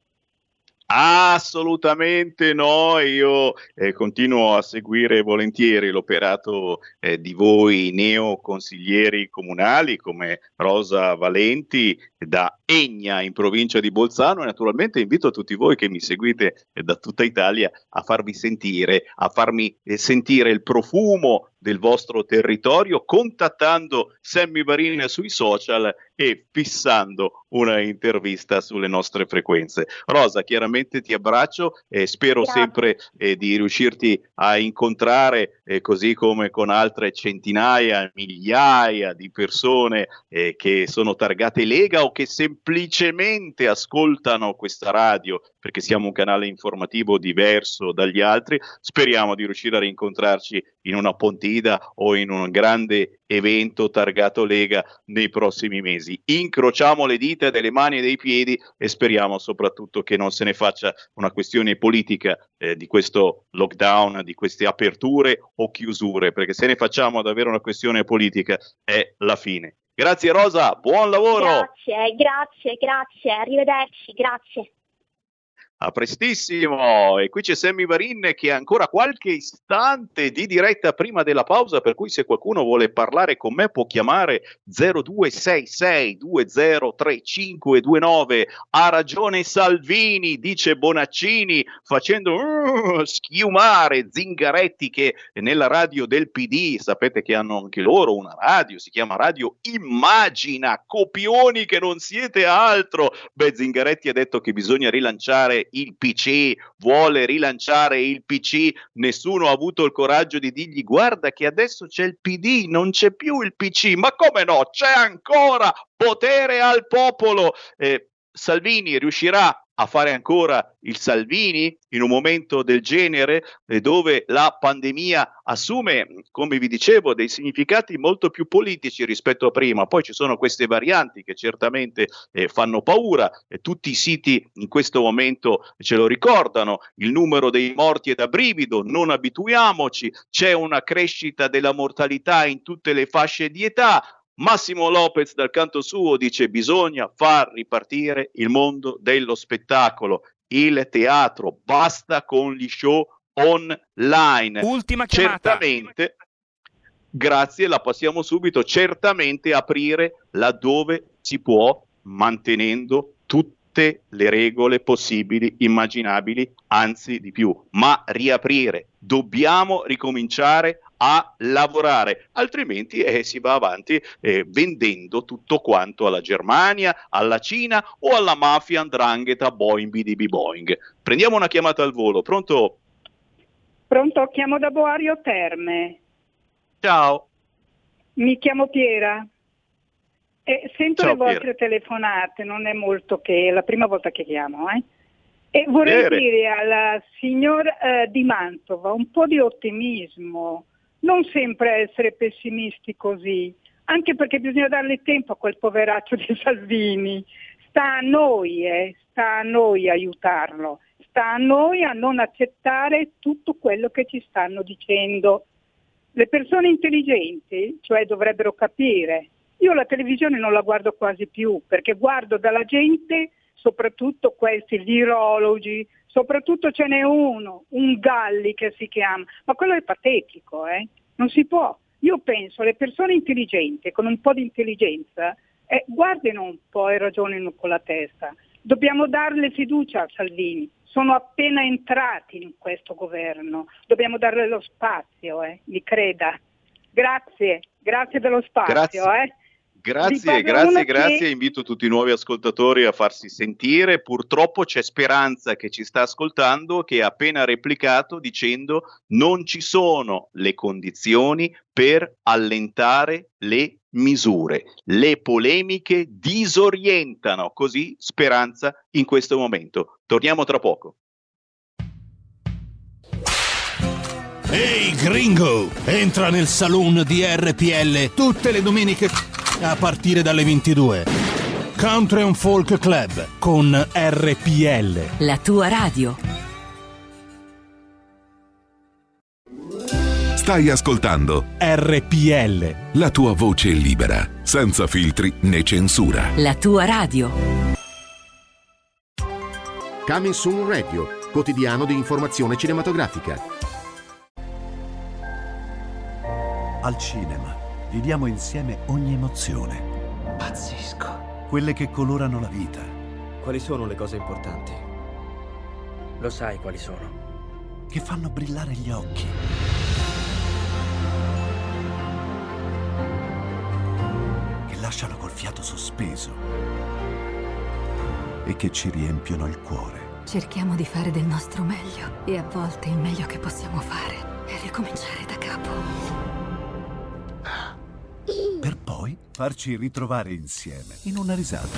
Assolutamente no, io continuo a seguire volentieri l'operato di voi neoconsiglieri comunali come Rosa Valenti da Egna in provincia di Bolzano, e naturalmente invito tutti voi che mi seguite da tutta Italia a farmi sentire il profumo del vostro territorio, contattando Sammy Varin sui social e fissando una intervista sulle nostre frequenze. Rosa, chiaramente ti abbraccio e spero sempre di riuscirti a incontrare, così come con altre centinaia, migliaia di persone che sono targate Lega o che semplicemente ascoltano questa radio, perché siamo un canale informativo diverso dagli altri. Speriamo di riuscire a rincontrarci in una Pontida o in un grande evento targato Lega nei prossimi mesi. Incrociamo le dita delle mani e dei piedi e speriamo soprattutto che non se ne faccia una questione politica di questo lockdown, di queste aperture o chiusure, perché se ne facciamo davvero una questione politica è la fine. Grazie Rosa, buon lavoro! Grazie, arrivederci, grazie. A prestissimo, e qui c'è Sammy Varin che ha ancora qualche istante di diretta prima della pausa, per cui se qualcuno vuole parlare con me può chiamare 0266203529. Ha ragione Salvini, dice Bonaccini, facendo schiumare Zingaretti, che nella radio del PD, sapete che hanno anche loro una radio, si chiama Radio Immagina, copioni che non siete altro. Beh, Zingaretti ha detto che bisogna rilanciare il PC, vuole rilanciare il PC, nessuno ha avuto il coraggio di dirgli guarda che adesso c'è il PD, non c'è più il PC, ma come no, c'è ancora, potere al popolo. Salvini riuscirà a fare ancora il Salvini in un momento del genere, dove la pandemia assume, come vi dicevo, dei significati molto più politici rispetto a prima. Poi ci sono queste varianti che certamente fanno paura, tutti i siti in questo momento ce lo ricordano, il numero dei morti è da brivido, non abituiamoci, c'è una crescita della mortalità in tutte le fasce di età. Massimo Lopez dal canto suo dice: bisogna far ripartire il mondo dello spettacolo, il teatro, basta con gli show online. Ultima chiamata. Certamente, grazie, la passiamo subito, certamente aprire laddove si può, mantenendo tutte le regole possibili, immaginabili, anzi di più, ma riaprire, dobbiamo ricominciare a lavorare, altrimenti si va avanti vendendo tutto quanto alla Germania, alla Cina o alla mafia 'ndrangheta Boing BDB Boing. Prendiamo una chiamata al volo, pronto? Pronto, chiamo da Boario Terme. Ciao. Mi chiamo Piera. Sento Ciao, le vostre telefonate, non è molto che è la prima volta che chiamo, E vorrei dire al signor Di Mantova un po' di ottimismo, non sempre essere pessimisti così, anche perché bisogna darle tempo a quel poveraccio di Salvini. Sta a noi aiutarlo, sta a noi a non accettare tutto quello che ci stanno dicendo. Le persone intelligenti, cioè, dovrebbero capire. Io la televisione non la guardo quasi più, perché guardo dalla gente, soprattutto questi virologi, soprattutto ce n'è uno, un Galli che si chiama, ma quello è patetico, non si può. Io penso alle persone intelligenti, con un po' di intelligenza, guardino un po' e ragionino con la testa. Dobbiamo darle fiducia a Salvini, sono appena entrati in questo governo, dobbiamo darle lo spazio, mi creda. Grazie dello spazio. Grazie, invito tutti i nuovi ascoltatori a farsi sentire. Purtroppo c'è Speranza che ci sta ascoltando, che ha appena replicato dicendo: non ci sono le condizioni per allentare le misure, le polemiche disorientano, così Speranza in questo momento. Torniamo tra poco. Ehi gringo, entra nel saloon di RPL tutte le domeniche a partire dalle 22. Country and Folk Club con RPL, la tua radio. Stai ascoltando RPL, la tua voce libera, senza filtri né censura. La tua radio. Coming Soon Radio, quotidiano di informazione cinematografica. Al cinema viviamo insieme ogni emozione. Pazzesco. Quelle che colorano la vita. Quali sono le cose importanti? Lo sai quali sono? Che fanno brillare gli occhi. Che lasciano col fiato sospeso. E che ci riempiono il cuore. Cerchiamo di fare del nostro meglio e a volte il meglio che possiamo fare è ricominciare da capo. Per poi farci ritrovare insieme in una risata.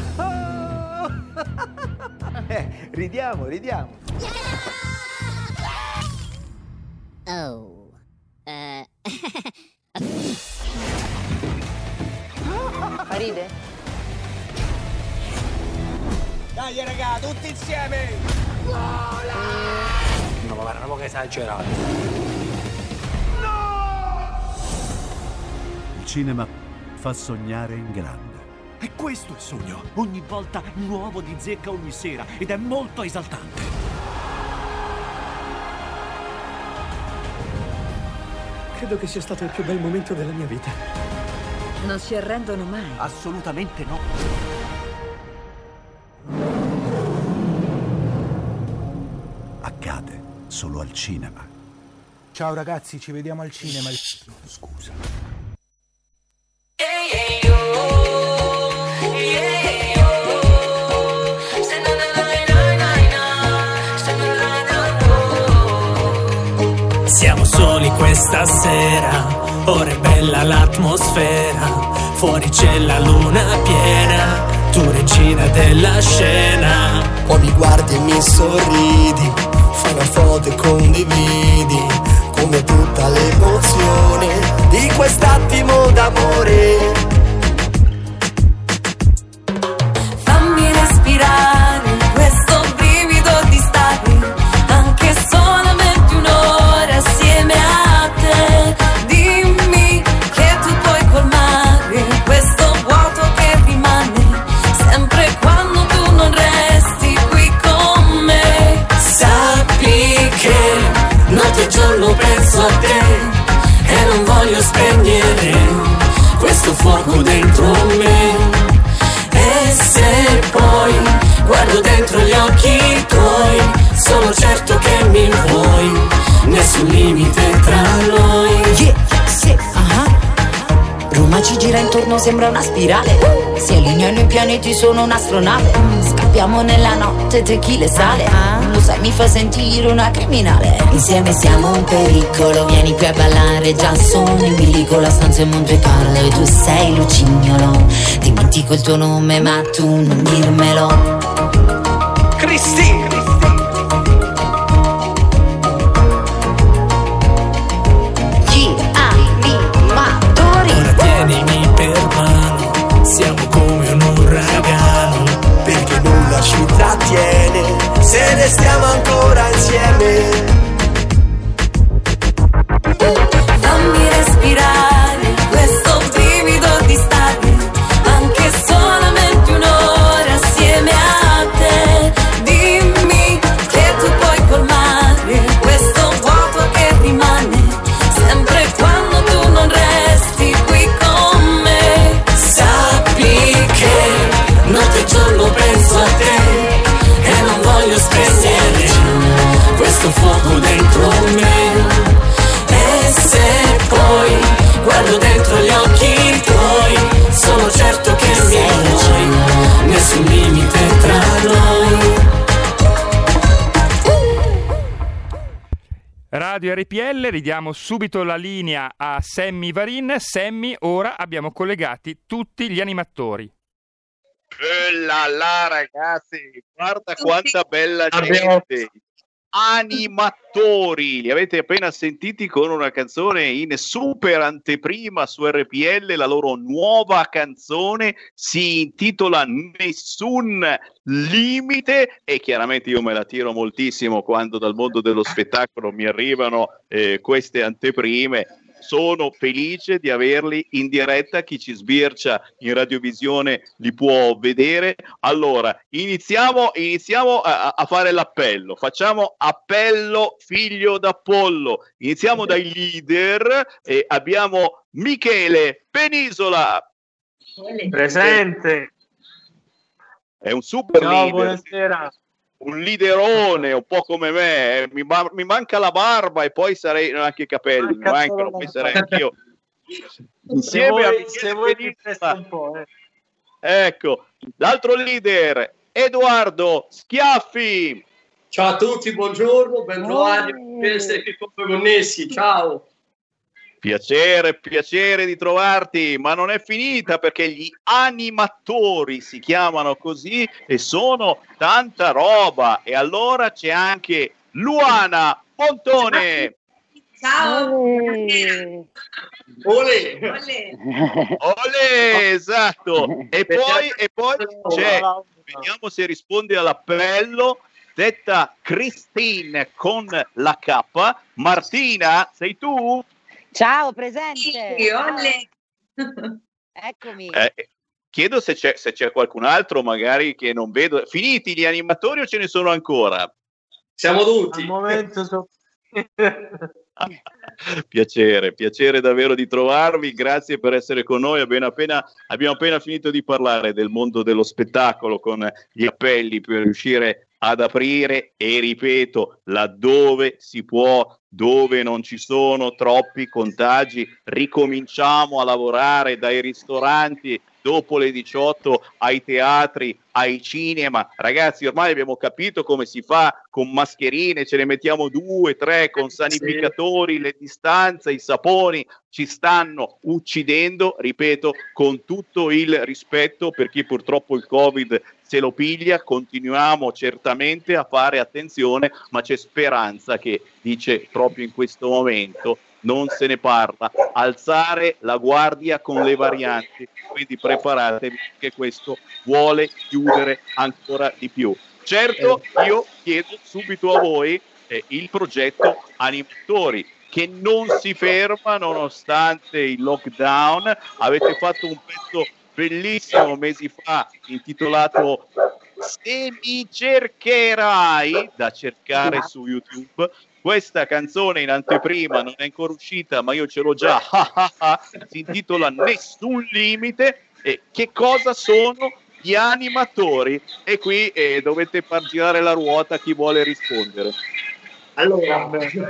Ridiamo. Oh. Ride? Dai raga, tutti insieme! Vola! No, ma guarda, che esagerato. Il cinema fa sognare in grande. E questo è il sogno. Ogni volta nuovo di zecca ogni sera ed è molto esaltante. Credo che sia stato il più bel momento della mia vita. Non si arrendono mai. Assolutamente no. Accade solo al cinema. Ciao ragazzi, ci vediamo al cinema. Scusa. Siamo soli questa sera, ora è bella l'atmosfera, fuori c'è la luna piena, tu regina della scena. Poi mi guardi e mi sorridi, fai una foto e condividi, come tutta l'emozione di quest'attimo d'amore. Fammi respirare questo brivido di stare anche solamente un'ora assieme a te. Dimmi che tu puoi colmare questo vuoto che rimane sempre quando tu non resti qui con me. Sappi che notte e giorno penso a te e non voglio spegnere questo fuoco dentro me. E se poi guardo dentro gli occhi tuoi, sono certo che mi vuoi, nessun limite tra noi. Roma ci gira intorno, sembra una spirale. Si allineano i pianeti, sono un'astronave. Scappiamo nella notte, tequila e sale. Lo sai, mi fa sentire una criminale. Insieme siamo un pericolo, vieni qui a ballare. Già sono in bilico, la stanza è Monte Carlo e tu sei Lucignolo. Dimentico il tuo nome ma tu non dirmelo. Cristina. Tienimi per mano, siamo come un uragano, perché nulla ci trattiene se restiamo ancora insieme. Fammi respirare questo brivido di stare anche solamente un'ora assieme a te. Dimmi che tu puoi colmare questo vuoto che rimane sempre quando tu non resti qui con me. Sappi che notte e giorno penso a te e non voglio spegnere questo fuoco dentro me. E se poi guardo dentro gli occhi tuoi, sono certo che mi vuoi, nessun limite tra noi. Radio RPL, ridiamo subito la linea a Sammy Varin. Sammy, ora abbiamo collegati tutti gli animatori. Là, ragazzi, guarda quanta bella gente. Animatori, li avete appena sentiti con una canzone in super anteprima su RPL. La loro nuova canzone si intitola Nessun Limite e chiaramente io me la tiro moltissimo quando dal mondo dello spettacolo mi arrivano queste anteprime. Sono felice di averli in diretta, chi ci sbircia in radiovisione li può vedere. Allora, iniziamo a fare l'appello, facciamo appello figlio d'Apollo, iniziamo dai leader e abbiamo Michele Penisola. Presente. È un super Ciao, leader. Buonasera. Un liderone, un po' come me, mi manca la barba e poi sarei anche i capelli, mi mancano, poi sarei anch'io insieme se vuoi ti presto un po'. Ecco, l'altro leader, Edoardo Schiaffi. Ciao a tutti, buongiorno, ben trovati per essere qui con voi connessi, ciao. Piacere di trovarti, ma non è finita perché gli animatori si chiamano così e sono tanta roba. E allora c'è anche Luana Pontone. Ciao. Olè. Olè, esatto. E poi c'è, vediamo se risponde all'appello, detta Christine con la K. Martina, sei tu? Ciao, presente. Sì, olè. Eccomi. Chiedo se c'è qualcun altro magari che non vedo. Finiti gli animatori o ce ne sono ancora? Siamo tutti. Al momento Piacere davvero di trovarvi, grazie per essere con noi. Abbiamo appena finito di parlare del mondo dello spettacolo con gli appelli per riuscire ad aprire e ripeto, laddove si può dove non ci sono troppi contagi, ricominciamo a lavorare dai ristoranti, dopo le 18 ai teatri, ai cinema. Ragazzi, ormai abbiamo capito come si fa, con mascherine, ce ne mettiamo 2, 3, con sanificatori, le distanze, i saponi, ci stanno uccidendo, ripeto, con tutto il rispetto per chi purtroppo il Covid se lo piglia. Continuiamo certamente a fare attenzione, ma c'è speranza che, dice proprio in questo momento, non se ne parla, alzare la guardia con le varianti, quindi preparatevi che questo vuole chiudere ancora di più. Certo, io chiedo subito a voi il progetto Animatori, che non si ferma nonostante il lockdown. Avete fatto un pezzo bellissimo mesi fa intitolato Se mi cercherai, da cercare su YouTube. Questa canzone in anteprima non è ancora uscita, ma io ce l'ho già, si intitola Nessun Limite. Che cosa sono gli animatori? E qui dovete far girare la ruota chi vuole rispondere. Allora,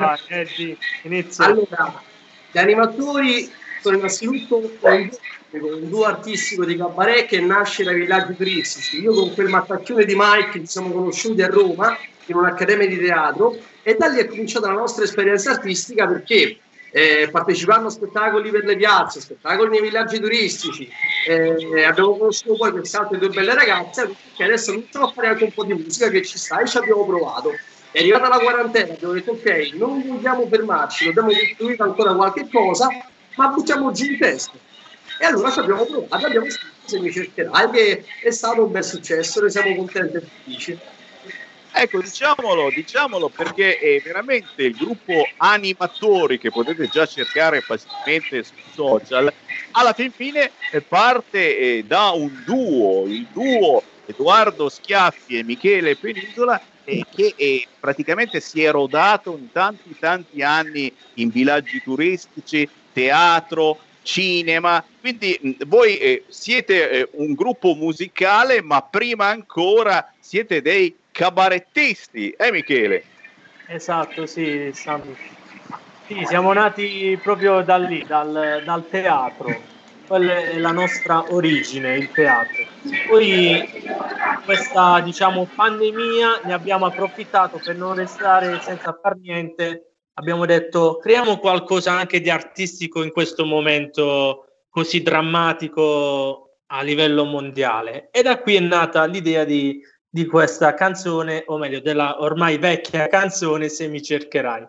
gli animatori sono innanzitutto un duo artistico di cabaret che nasce dai villaggi turistici. Io con quel mattacchione di Mike ci siamo conosciuti a Roma in un'accademia di teatro, e da lì è cominciata la nostra esperienza artistica, perché partecipando a spettacoli per le piazze, spettacoli nei villaggi turistici, abbiamo conosciuto poi queste altre 2 belle ragazze, che adesso cominciamo a fare anche un po' di musica che ci sta, e ci abbiamo provato. È arrivata la quarantena, abbiamo detto ok, non vogliamo fermarci, dobbiamo costruire ancora qualche cosa, ma buttiamo giù il testo. E allora ci abbiamo provato, abbiamo scritto Se mi cercherai, che è stato un bel successo, ne siamo contenti e felici. Ecco, diciamolo perché è veramente il gruppo Animatori, che potete già cercare facilmente sui social, alla fine parte da un duo, il duo Edoardo Schiaffi e Michele Penisola, che praticamente si è rodato in tanti anni in villaggi turistici, teatro, cinema. Quindi voi siete un gruppo musicale, ma prima ancora siete dei cabarettisti, Michele? Esatto, sì, Sandro. Sì, siamo nati proprio da lì, dal teatro. Quella è la nostra origine, il teatro. Poi questa, diciamo, pandemia ne abbiamo approfittato per non restare senza far niente. Abbiamo detto creiamo qualcosa anche di artistico in questo momento così drammatico a livello mondiale, e da qui è nata l'idea di questa canzone, o meglio della ormai vecchia canzone Se mi cercherai.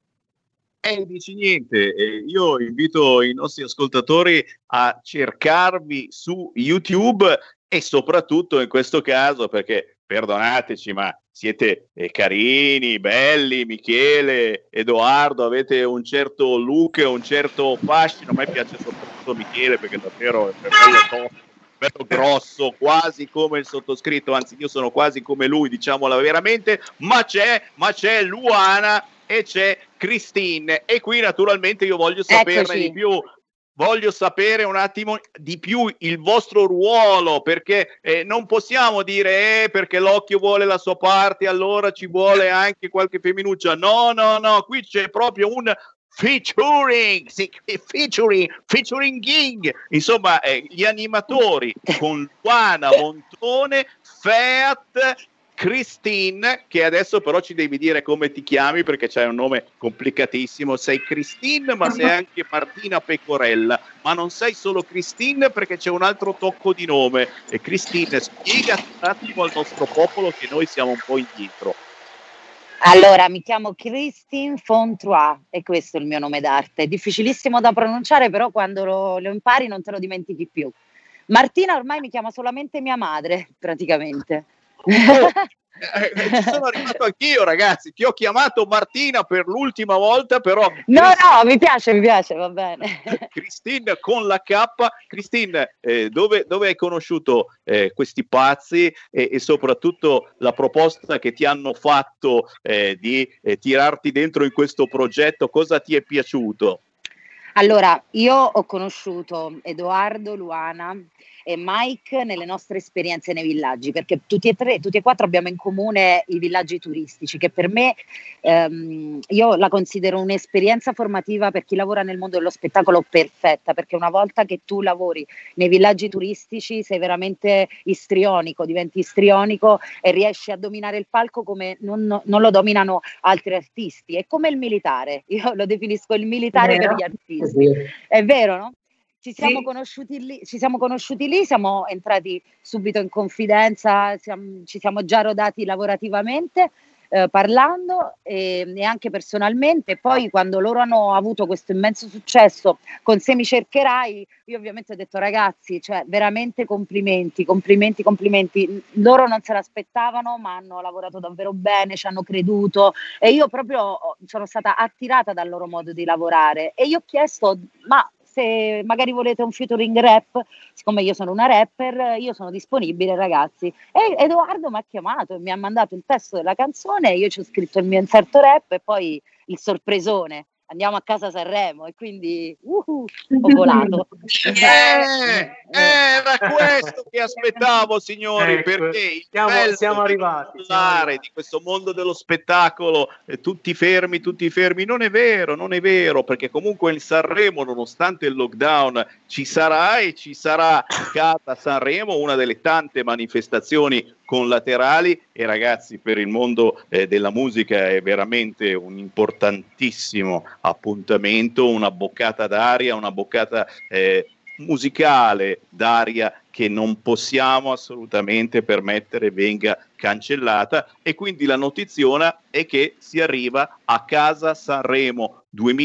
Dici niente, io invito i nostri ascoltatori a cercarvi su YouTube, e soprattutto in questo caso, perché perdonateci, ma siete carini, belli, Michele, Edoardo, avete un certo look, un certo fascino. A me piace soprattutto Michele, perché davvero è bello grosso, quasi come il sottoscritto, anzi io sono quasi come lui, diciamola veramente, ma c'è Luana e c'è Christine, e qui naturalmente io voglio saperne di più. Voglio sapere un attimo di più il vostro ruolo, perché non possiamo dire perché l'occhio vuole la sua parte, allora ci vuole anche qualche femminuccia. No, qui c'è proprio un featuring, insomma, gli animatori con Luana Montone, Feat, Christine, che adesso però ci devi dire come ti chiami, perché c'hai un nome complicatissimo. Sei Christine, ma sei anche Martina Pecorella, ma non sei solo Christine, perché c'è un altro tocco di nome. E Christine, spiega un attimo al nostro popolo che noi siamo un po' indietro. Allora, mi chiamo Christine Fontrois e questo è il mio nome d'arte. È difficilissimo da pronunciare, però quando lo impari non te lo dimentichi più. Martina ormai mi chiama solamente mia madre, praticamente. Ci sono arrivato anch'io, ragazzi. Ti ho chiamato Martina per l'ultima volta, però no, mi piace, va bene. Christine con la K. Christine, dove hai conosciuto questi pazzi, e soprattutto la proposta che ti hanno fatto di tirarti dentro in questo progetto? Cosa ti è piaciuto? Allora, io ho conosciuto Edoardo, Luana e Mike nelle nostre esperienze nei villaggi, perché tutti e quattro abbiamo in comune i villaggi turistici, che per me io la considero un'esperienza formativa per chi lavora nel mondo dello spettacolo perfetta, perché una volta che tu lavori nei villaggi turistici sei veramente istrionico, diventi istrionico e riesci a dominare il palco come non lo dominano altri artisti. È come il militare, io lo definisco il militare per gli artisti. È vero, no? Ci siamo conosciuti lì, siamo entrati subito in confidenza, ci siamo già rodati lavorativamente, parlando e anche personalmente. Poi quando loro hanno avuto questo immenso successo con Se mi cercherai, io ovviamente ho detto ragazzi, cioè veramente complimenti, loro non se l'aspettavano ma hanno lavorato davvero bene, ci hanno creduto e io proprio sono stata attirata dal loro modo di lavorare e io ho chiesto ma se magari volete un featuring rap, siccome io sono una rapper, io sono disponibile ragazzi. E Edoardo mi ha chiamato e mi ha mandato il testo della canzone, io ci ho scritto il mio inserto rap e poi il sorpresone. Andiamo a casa Sanremo e quindi ho volato. Era questo che aspettavo, signori, perché siamo arrivati di questo mondo dello spettacolo, tutti fermi, non è vero, perché comunque il Sanremo, nonostante il lockdown, ci sarà e ci sarà Casa Sanremo, una delle tante manifestazioni collaterali e ragazzi per il mondo della musica è veramente un importantissimo appuntamento, una boccata d'aria, una boccata musicale d'aria che non possiamo assolutamente permettere venga cancellata e quindi la notiziona è che si arriva a Casa Sanremo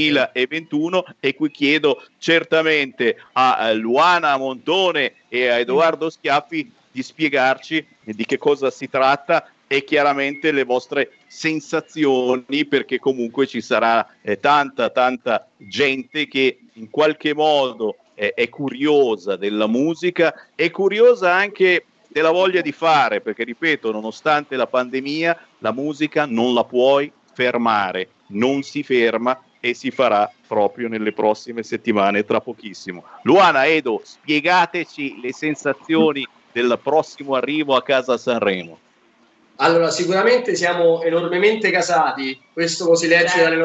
2021 e qui chiedo certamente a Luana Montone e a Edoardo Schiaffi di spiegarci di che cosa si tratta e chiaramente le vostre sensazioni, perché comunque ci sarà tanta gente che in qualche modo è curiosa della musica, è curiosa anche della voglia di fare, perché ripeto, nonostante la pandemia, la musica non la puoi fermare, non si ferma e si farà proprio nelle prossime settimane, tra pochissimo. Luana, Edo, spiegateci le sensazioni del prossimo arrivo a Casa Sanremo. Allora, sicuramente siamo enormemente gasati, questo lo si legge dalle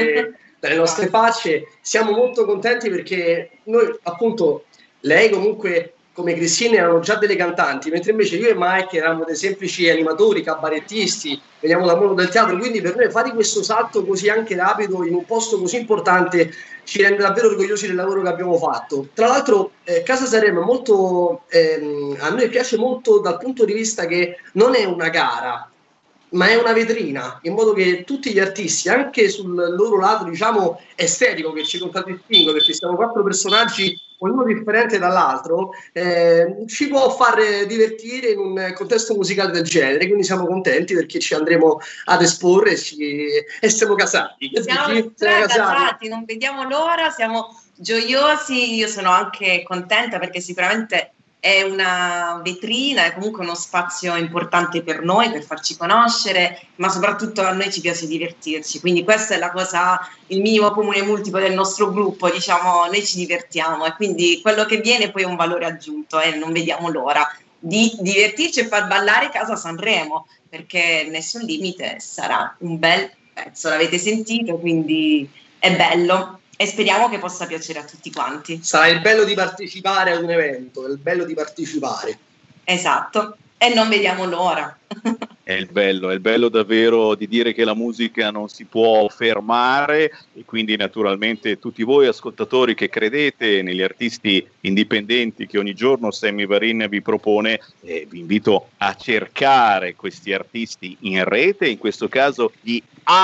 nostre facce. Siamo molto contenti perché noi, appunto, lei comunque come Cristina erano già delle cantanti, mentre invece io e Mike eravamo dei semplici animatori, cabarettisti, veniamo dal mondo del teatro, quindi per noi fare questo salto così anche rapido in un posto così importante ci rende davvero orgogliosi del lavoro che abbiamo fatto. Tra l'altro Casa Sanremo è molto, a noi piace molto dal punto di vista che non è una gara, ma è una vetrina, in modo che tutti gli artisti, anche sul loro lato diciamo estetico che ci contraddistingue, perché siamo 4 personaggi ognuno differente dall'altro, ci può far divertire in un contesto musicale del genere, quindi siamo contenti perché ci andremo ad esporre e siamo casati. Siamo casati, non vediamo l'ora, siamo gioiosi, io sono anche contenta perché sicuramente è una vetrina, è comunque uno spazio importante per noi, per farci conoscere, ma soprattutto a noi ci piace divertirci, quindi questa è la cosa, il minimo comune multiplo del nostro gruppo, diciamo, noi ci divertiamo e quindi quello che viene poi è un valore aggiunto e non vediamo l'ora di divertirci e far ballare Casa Sanremo, perché Nessun Limite sarà un bel pezzo, l'avete sentito, quindi è bello. E speriamo che possa piacere a tutti quanti. Sarà il bello di partecipare ad un evento, il bello di partecipare. Esatto, e non vediamo l'ora. È il bello davvero di dire che la musica non si può fermare e quindi naturalmente tutti voi ascoltatori che credete negli artisti indipendenti che ogni giorno Sammy Varin vi propone, vi invito a cercare questi artisti in rete, in questo caso gli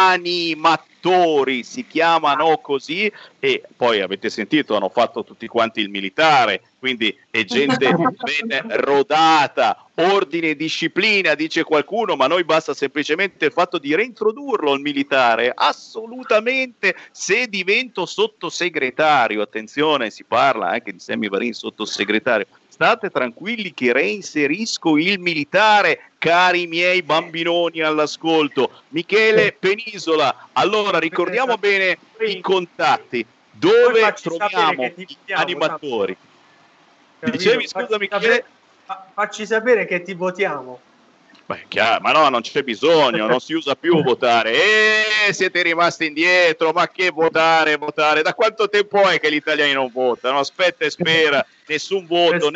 animatori si chiamano così e poi avete sentito hanno fatto tutti quanti il militare, quindi è gente ben rodata, ordine e disciplina dice qualcuno, ma noi basta semplicemente il fatto di reintrodurlo il militare, assolutamente. Se divento sottosegretario, attenzione, si parla anche di Sammy Varin sottosegretario, state tranquilli che reinserisco il militare, cari miei bambinoni all'ascolto. Michele Penisola, allora ricordiamo bene i contatti. dove troviamo gli animatori. Capito? Dicevi, scusami, facci sapere che ti votiamo. Beh, chiaro, ma no, non c'è bisogno, non si usa più votare. Siete rimasti indietro, ma che votare? Da quanto tempo è che gli italiani non votano? Aspetta e spera, nessun voto.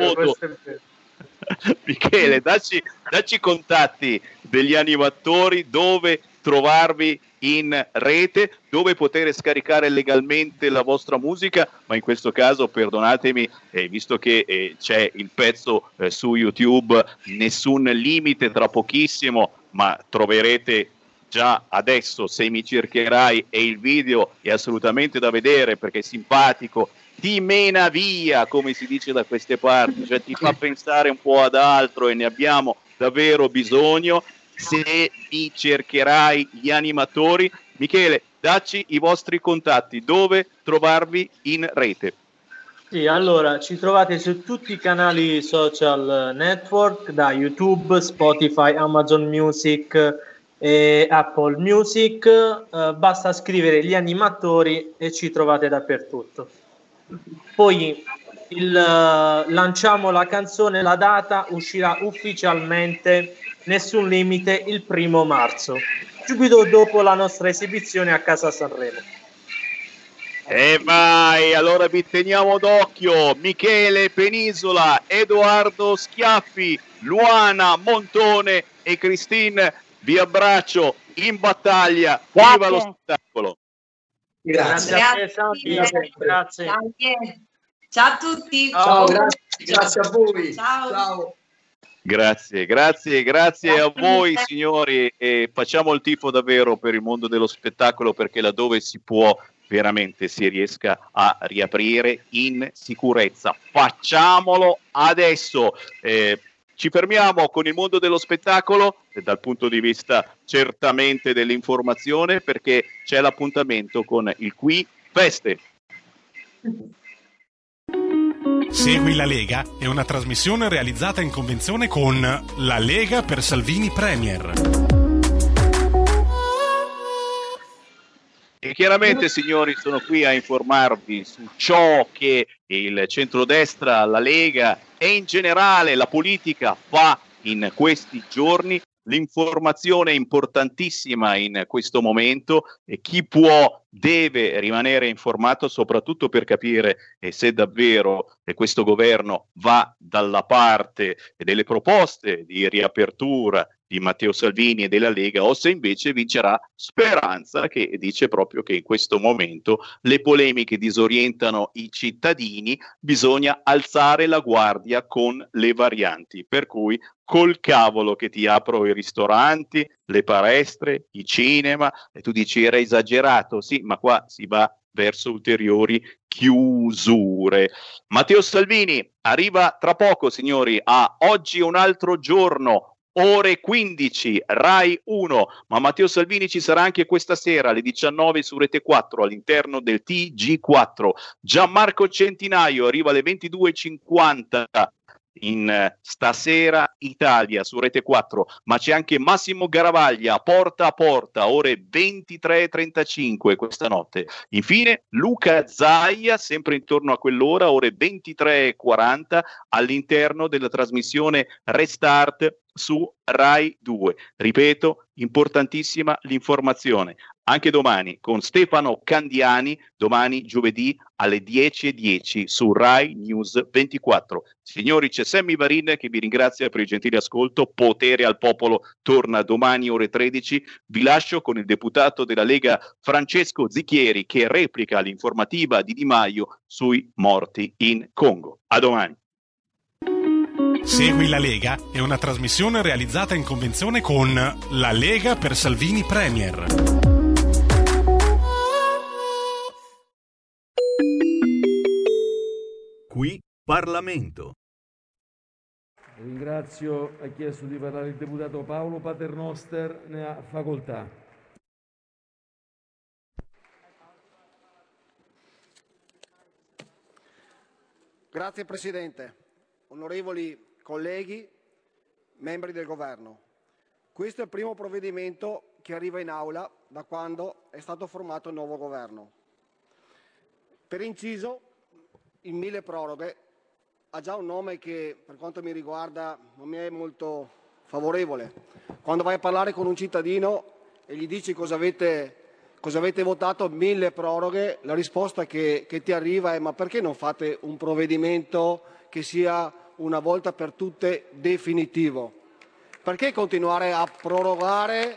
Michele, dacci i contatti degli animatori, dove trovarvi in rete, dove poter scaricare legalmente la vostra musica, ma in questo caso, perdonatemi, visto che c'è il pezzo su YouTube, nessun limite, tra pochissimo, ma troverete già adesso, se mi cercherai, e il video è assolutamente da vedere perché è simpatico, ti mena via, come si dice da queste parti, cioè ti fa pensare un po' ad altro e ne abbiamo davvero bisogno. Se mi cercherai gli animatori, Michele, dacci i vostri contatti, dove trovarvi in rete. Sì, allora ci trovate su tutti i canali social network, da YouTube, Spotify, Amazon Music e Apple Music. Basta scrivere gli animatori e ci trovate dappertutto. Poi lanciamo la canzone, la data uscirà ufficialmente, nessun limite, il 1° marzo, subito dopo la nostra esibizione a Casa Sanremo. E vai, allora vi teniamo d'occhio. Michele Penisola, Edoardo Schiaffi, Luana Montone e Christine, vi abbraccio, in battaglia, viva lo spettacolo. Grazie. Grazie. Ciao a tutti. Ciao, grazie a voi. Ciao. Grazie a voi, signori, e facciamo il tifo davvero per il mondo dello spettacolo, perché laddove si può veramente si riesca a riaprire in sicurezza. Facciamolo adesso. Ci fermiamo con il mondo dello spettacolo dal punto di vista certamente dell'informazione, perché c'è l'appuntamento con il Qui Feste. Segui la Lega è una trasmissione realizzata in convenzione con La Lega per Salvini Premier. E chiaramente, signori, sono qui a informarvi su ciò che il centrodestra, la Lega e in generale la politica fa in questi giorni. L'informazione è importantissima in questo momento e chi può deve rimanere informato, soprattutto per capire se davvero questo governo va dalla parte delle proposte di riapertura di Matteo Salvini e della Lega, o se invece vincerà Speranza, che dice proprio che in questo momento le polemiche disorientano i cittadini, bisogna alzare la guardia con le varianti, per cui col cavolo che ti apro i ristoranti, le palestre, i cinema, e tu dici era esagerato, sì, ma qua si va verso ulteriori chiusure. Matteo Salvini arriva tra poco, signori, a Oggi un altro giorno, ore 15, Rai 1, ma Matteo Salvini ci sarà anche questa sera alle 19 su Rete 4 all'interno del TG4. Gianmarco Centinaio arriva alle 22:50 in Stasera Italia su Rete 4, ma c'è anche Massimo Garavaglia, Porta a Porta, ore 23:35 questa notte. Infine Luca Zaia, sempre intorno a quell'ora, ore 23:40 all'interno della trasmissione Restart su Rai 2. Ripeto, importantissima l'informazione. Anche domani con Stefano Candiani, domani giovedì alle 10:10 su Rai News 24. Signori, c'è Sammy Varin che vi ringrazia per il gentile ascolto. Potere al popolo torna domani ore 13. Vi lascio con il deputato della Lega Francesco Zicchieri che replica l'informativa di Di Maio sui morti in Congo. A domani. Segui la Lega è una trasmissione realizzata in convenzione con La Lega per Salvini Premier. Qui Parlamento. Ringrazio, ha chiesto di parlare il deputato Paolo Paternoster, ne ha facoltà. Grazie Presidente, onorevoli colleghi, membri del Governo. Questo è il primo provvedimento che arriva in aula da quando è stato formato il nuovo Governo. Per inciso, il milleproroghe ha già un nome che, per quanto mi riguarda, non mi è molto favorevole. Quando vai a parlare con un cittadino e gli dici cosa avete votato, milleproroghe, la risposta che ti arriva è: ma perché non fate un provvedimento che sia una volta per tutte definitivo? Perché continuare a prorogare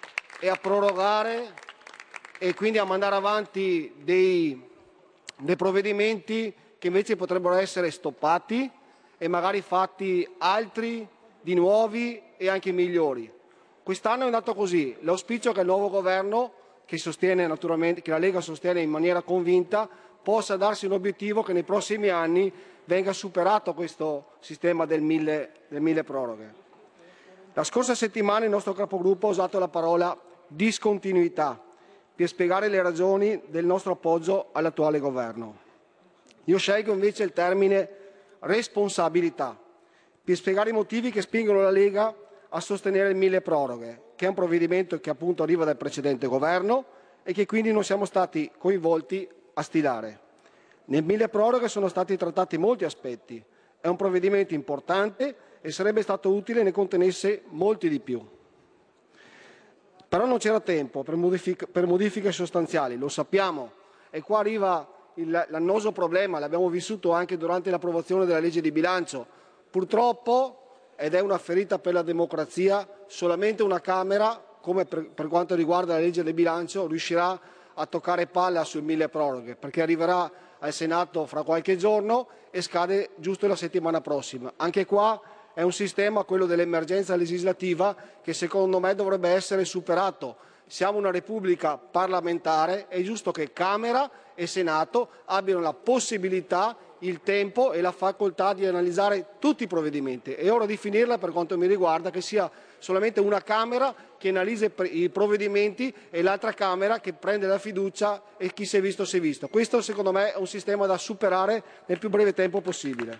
e quindi a mandare avanti dei provvedimenti che invece potrebbero essere stoppati e magari fatti altri di nuovi e anche migliori? Quest'anno è andato così. L'auspicio è che il nuovo governo, che la Lega sostiene in maniera convinta, possa darsi un obiettivo che nei prossimi anni venga superato questo sistema del milleproroghe. La scorsa settimana il nostro capogruppo ha usato la parola discontinuità per spiegare le ragioni del nostro appoggio all'attuale governo. Io scelgo invece il termine responsabilità per spiegare i motivi che spingono la Lega a sostenere il milleproroghe, che è un provvedimento che appunto arriva dal precedente governo e che quindi non siamo stati coinvolti a stilare. Nel milleproroghe sono stati trattati molti aspetti. È un provvedimento importante e sarebbe stato utile ne contenesse molti di più. Però non c'era tempo per modifiche sostanziali, lo sappiamo, e qua arriva l'annoso problema, l'abbiamo vissuto anche durante l'approvazione della legge di bilancio. Purtroppo, ed è una ferita per la democrazia, solamente una Camera, come per quanto riguarda la legge del bilancio, riuscirà a toccare palla sul milleproroghe, perché arriverà al Senato fra qualche giorno e scade giusto la settimana prossima. Anche qua è un sistema, quello dell'emergenza legislativa, che secondo me dovrebbe essere superato. Siamo una Repubblica parlamentare, è giusto che Camera e Senato abbiano la possibilità, il tempo e la facoltà di analizzare tutti i provvedimenti. È ora di finirla, per quanto mi riguarda, che sia solamente una Camera che analizza i provvedimenti e l'altra Camera che prende la fiducia e chi si è visto si è visto. Questo secondo me è un sistema da superare nel più breve tempo possibile.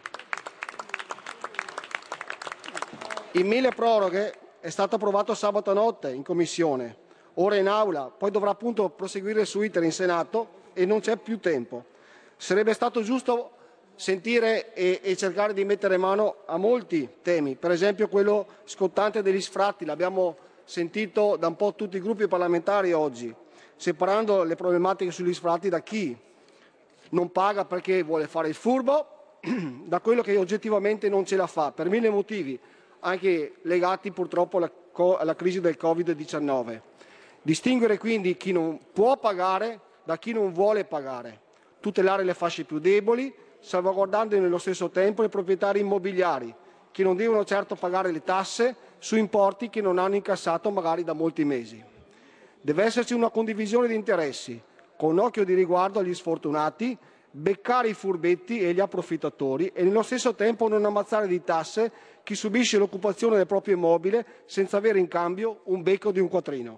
Il milleproroghe è stato approvato sabato notte in Commissione, ora in Aula, poi dovrà appunto proseguire su iter in Senato e non c'è più tempo. Sarebbe stato giusto sentire e cercare di mettere mano a molti temi, per esempio quello scottante degli sfratti, l'abbiamo sentito da un po' tutti i gruppi parlamentari oggi, separando le problematiche sugli sfratti da chi non paga perché vuole fare il furbo, da quello che oggettivamente non ce la fa, per mille motivi, anche legati purtroppo alla crisi del Covid-19. Distinguere quindi chi non può pagare da chi non vuole pagare, tutelare le fasce più deboli, salvaguardando nello stesso tempo i proprietari immobiliari, che non devono certo pagare le tasse su importi che non hanno incassato magari da molti mesi. Deve esserci una condivisione di interessi, con un occhio di riguardo agli sfortunati, beccare i furbetti e gli approfittatori e nello stesso tempo non ammazzare di tasse chi subisce l'occupazione del proprio immobile senza avere in cambio un becco di un quattrino.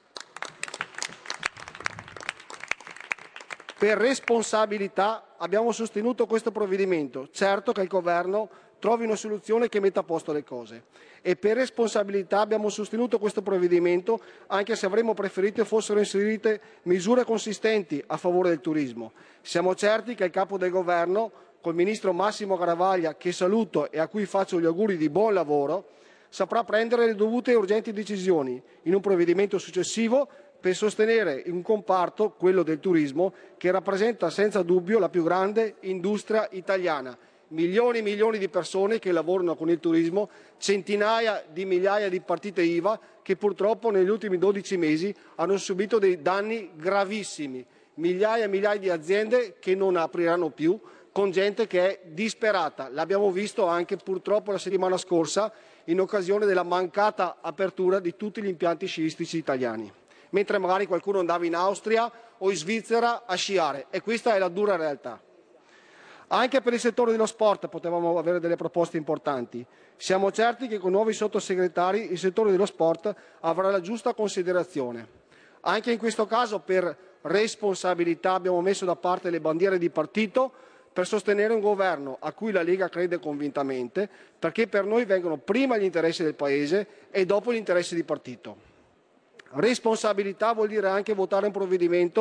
Per responsabilità abbiamo sostenuto questo provvedimento, certo che il Governo trovi una soluzione che metta a posto le cose. E per responsabilità abbiamo sostenuto questo provvedimento, anche se avremmo preferito fossero inserite misure consistenti a favore del turismo. Siamo certi che il Capo del Governo, col Ministro Massimo Garavaglia, che saluto e a cui faccio gli auguri di buon lavoro, saprà prendere le dovute e urgenti decisioni in un provvedimento successivo per sostenere un comparto, quello del turismo, che rappresenta senza dubbio la più grande industria italiana. Milioni e milioni di persone che lavorano con il turismo, centinaia di migliaia di partite IVA che purtroppo negli ultimi 12 mesi hanno subito dei danni gravissimi, migliaia e migliaia di aziende che non apriranno più, con gente che è disperata. L'abbiamo visto anche purtroppo la settimana scorsa in occasione della mancata apertura di tutti gli impianti sciistici italiani, mentre magari qualcuno andava in Austria o in Svizzera a sciare, e questa è la dura realtà. Anche per il settore dello sport potevamo avere delle proposte importanti. Siamo certi che con nuovi sottosegretari il settore dello sport avrà la giusta considerazione. Anche in questo caso per responsabilità abbiamo messo da parte le bandiere di partito per sostenere un governo a cui la Lega crede convintamente, perché per noi vengono prima gli interessi del Paese e dopo gli interessi di partito. Responsabilità vuol dire anche votare un provvedimento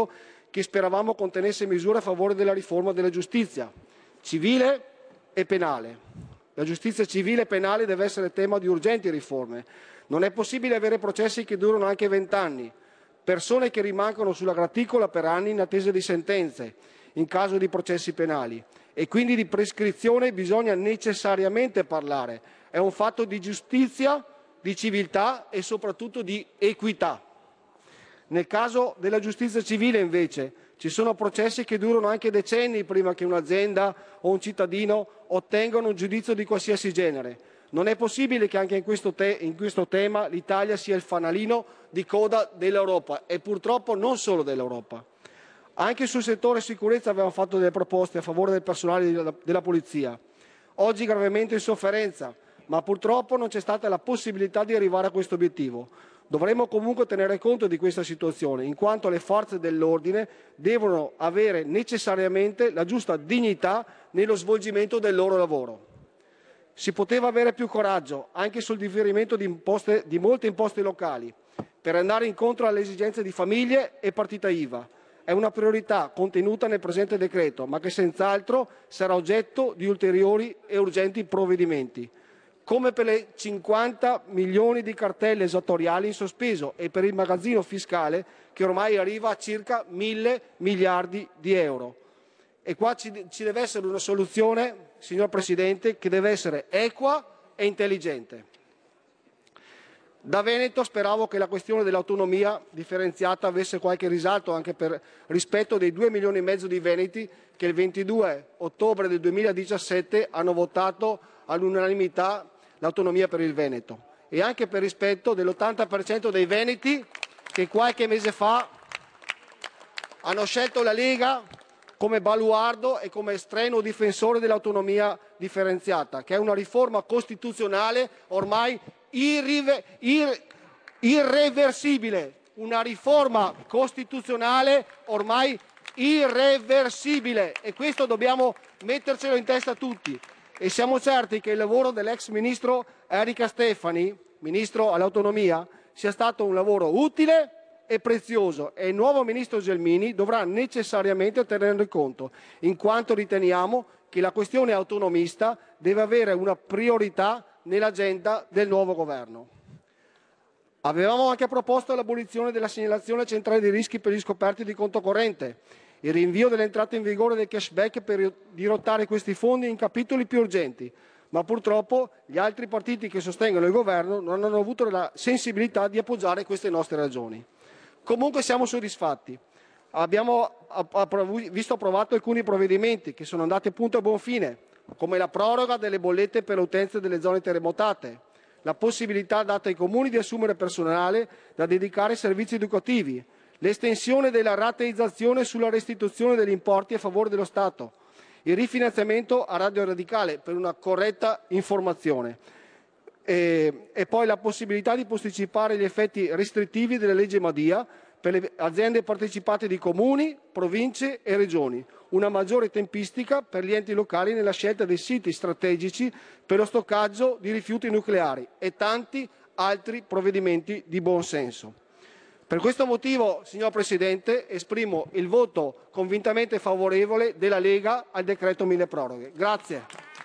che speravamo contenesse misure a favore della riforma della giustizia civile e penale. La giustizia civile e penale deve essere tema di urgenti riforme. Non è possibile avere processi che durano anche 20 anni, persone che rimangono sulla graticola per anni in attesa di sentenze, in caso di processi penali. E quindi di prescrizione bisogna necessariamente parlare. È un fatto di giustizia, di civiltà e soprattutto di equità. Nel caso della giustizia civile, invece, ci sono processi che durano anche decenni prima che un'azienda o un cittadino ottengano un giudizio di qualsiasi genere. Non è possibile che anche in questo tema l'Italia sia il fanalino di coda dell'Europa e purtroppo non solo dell'Europa. Anche sul settore sicurezza avevamo fatto delle proposte a favore del personale della Polizia, oggi gravemente in sofferenza, ma purtroppo non c'è stata la possibilità di arrivare a questo obiettivo. Dovremmo comunque tenere conto di questa situazione, in quanto le forze dell'ordine devono avere necessariamente la giusta dignità nello svolgimento del loro lavoro. Si poteva avere più coraggio anche sul differimento di molte imposte locali per andare incontro alle esigenze di famiglie e partita IVA. È una priorità contenuta nel presente decreto, ma che senz'altro sarà oggetto di ulteriori e urgenti provvedimenti, come per le 50 milioni di cartelle esattoriali in sospeso e per il magazzino fiscale che ormai arriva a circa 1.000 miliardi di euro. E qua ci deve essere una soluzione, signor Presidente, che deve essere equa e intelligente. Da Veneto speravo che la questione dell'autonomia differenziata avesse qualche risalto anche per rispetto dei 2,5 milioni di veneti che il 22 ottobre del 2017 hanno votato all'unanimità l'autonomia per il Veneto e anche per rispetto dell'80% dei veneti che qualche mese fa hanno scelto la Lega come baluardo e come strenuo difensore dell'autonomia differenziata, che è una riforma costituzionale ormai irreversibile, una riforma costituzionale ormai irreversibile e questo dobbiamo mettercelo in testa tutti. E siamo certi che il lavoro dell'ex ministro Erika Stefani, ministro all'autonomia, sia stato un lavoro utile e prezioso e il nuovo ministro Gelmini dovrà necessariamente tenerne conto, in quanto riteniamo che la questione autonomista deve avere una priorità nell'agenda del nuovo governo. Avevamo anche proposto l'abolizione della segnalazione centrale dei rischi per gli scoperti di conto corrente, il rinvio dell'entrata in vigore del cashback per dirottare questi fondi in capitoli più urgenti, ma purtroppo gli altri partiti che sostengono il governo non hanno avuto la sensibilità di appoggiare queste nostre ragioni. Comunque siamo soddisfatti. Abbiamo visto approvato alcuni provvedimenti che sono andati appunto a buon fine, come la proroga delle bollette per le utenze delle zone terremotate, la possibilità data ai comuni di assumere personale da dedicare ai servizi educativi, l'estensione della rateizzazione sulla restituzione degli importi a favore dello Stato, il rifinanziamento a Radio Radicale per una corretta informazione e poi la possibilità di posticipare gli effetti restrittivi della legge Madia per le aziende partecipate di comuni, province e regioni, una maggiore tempistica per gli enti locali nella scelta dei siti strategici per lo stoccaggio di rifiuti nucleari e tanti altri provvedimenti di buon senso. Per questo motivo, signor Presidente, esprimo il voto convintamente favorevole della Lega al decreto milleproroghe. Grazie.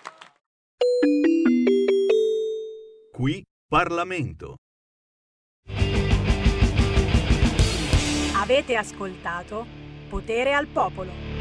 Qui Parlamento. Avete ascoltato Potere al Popolo.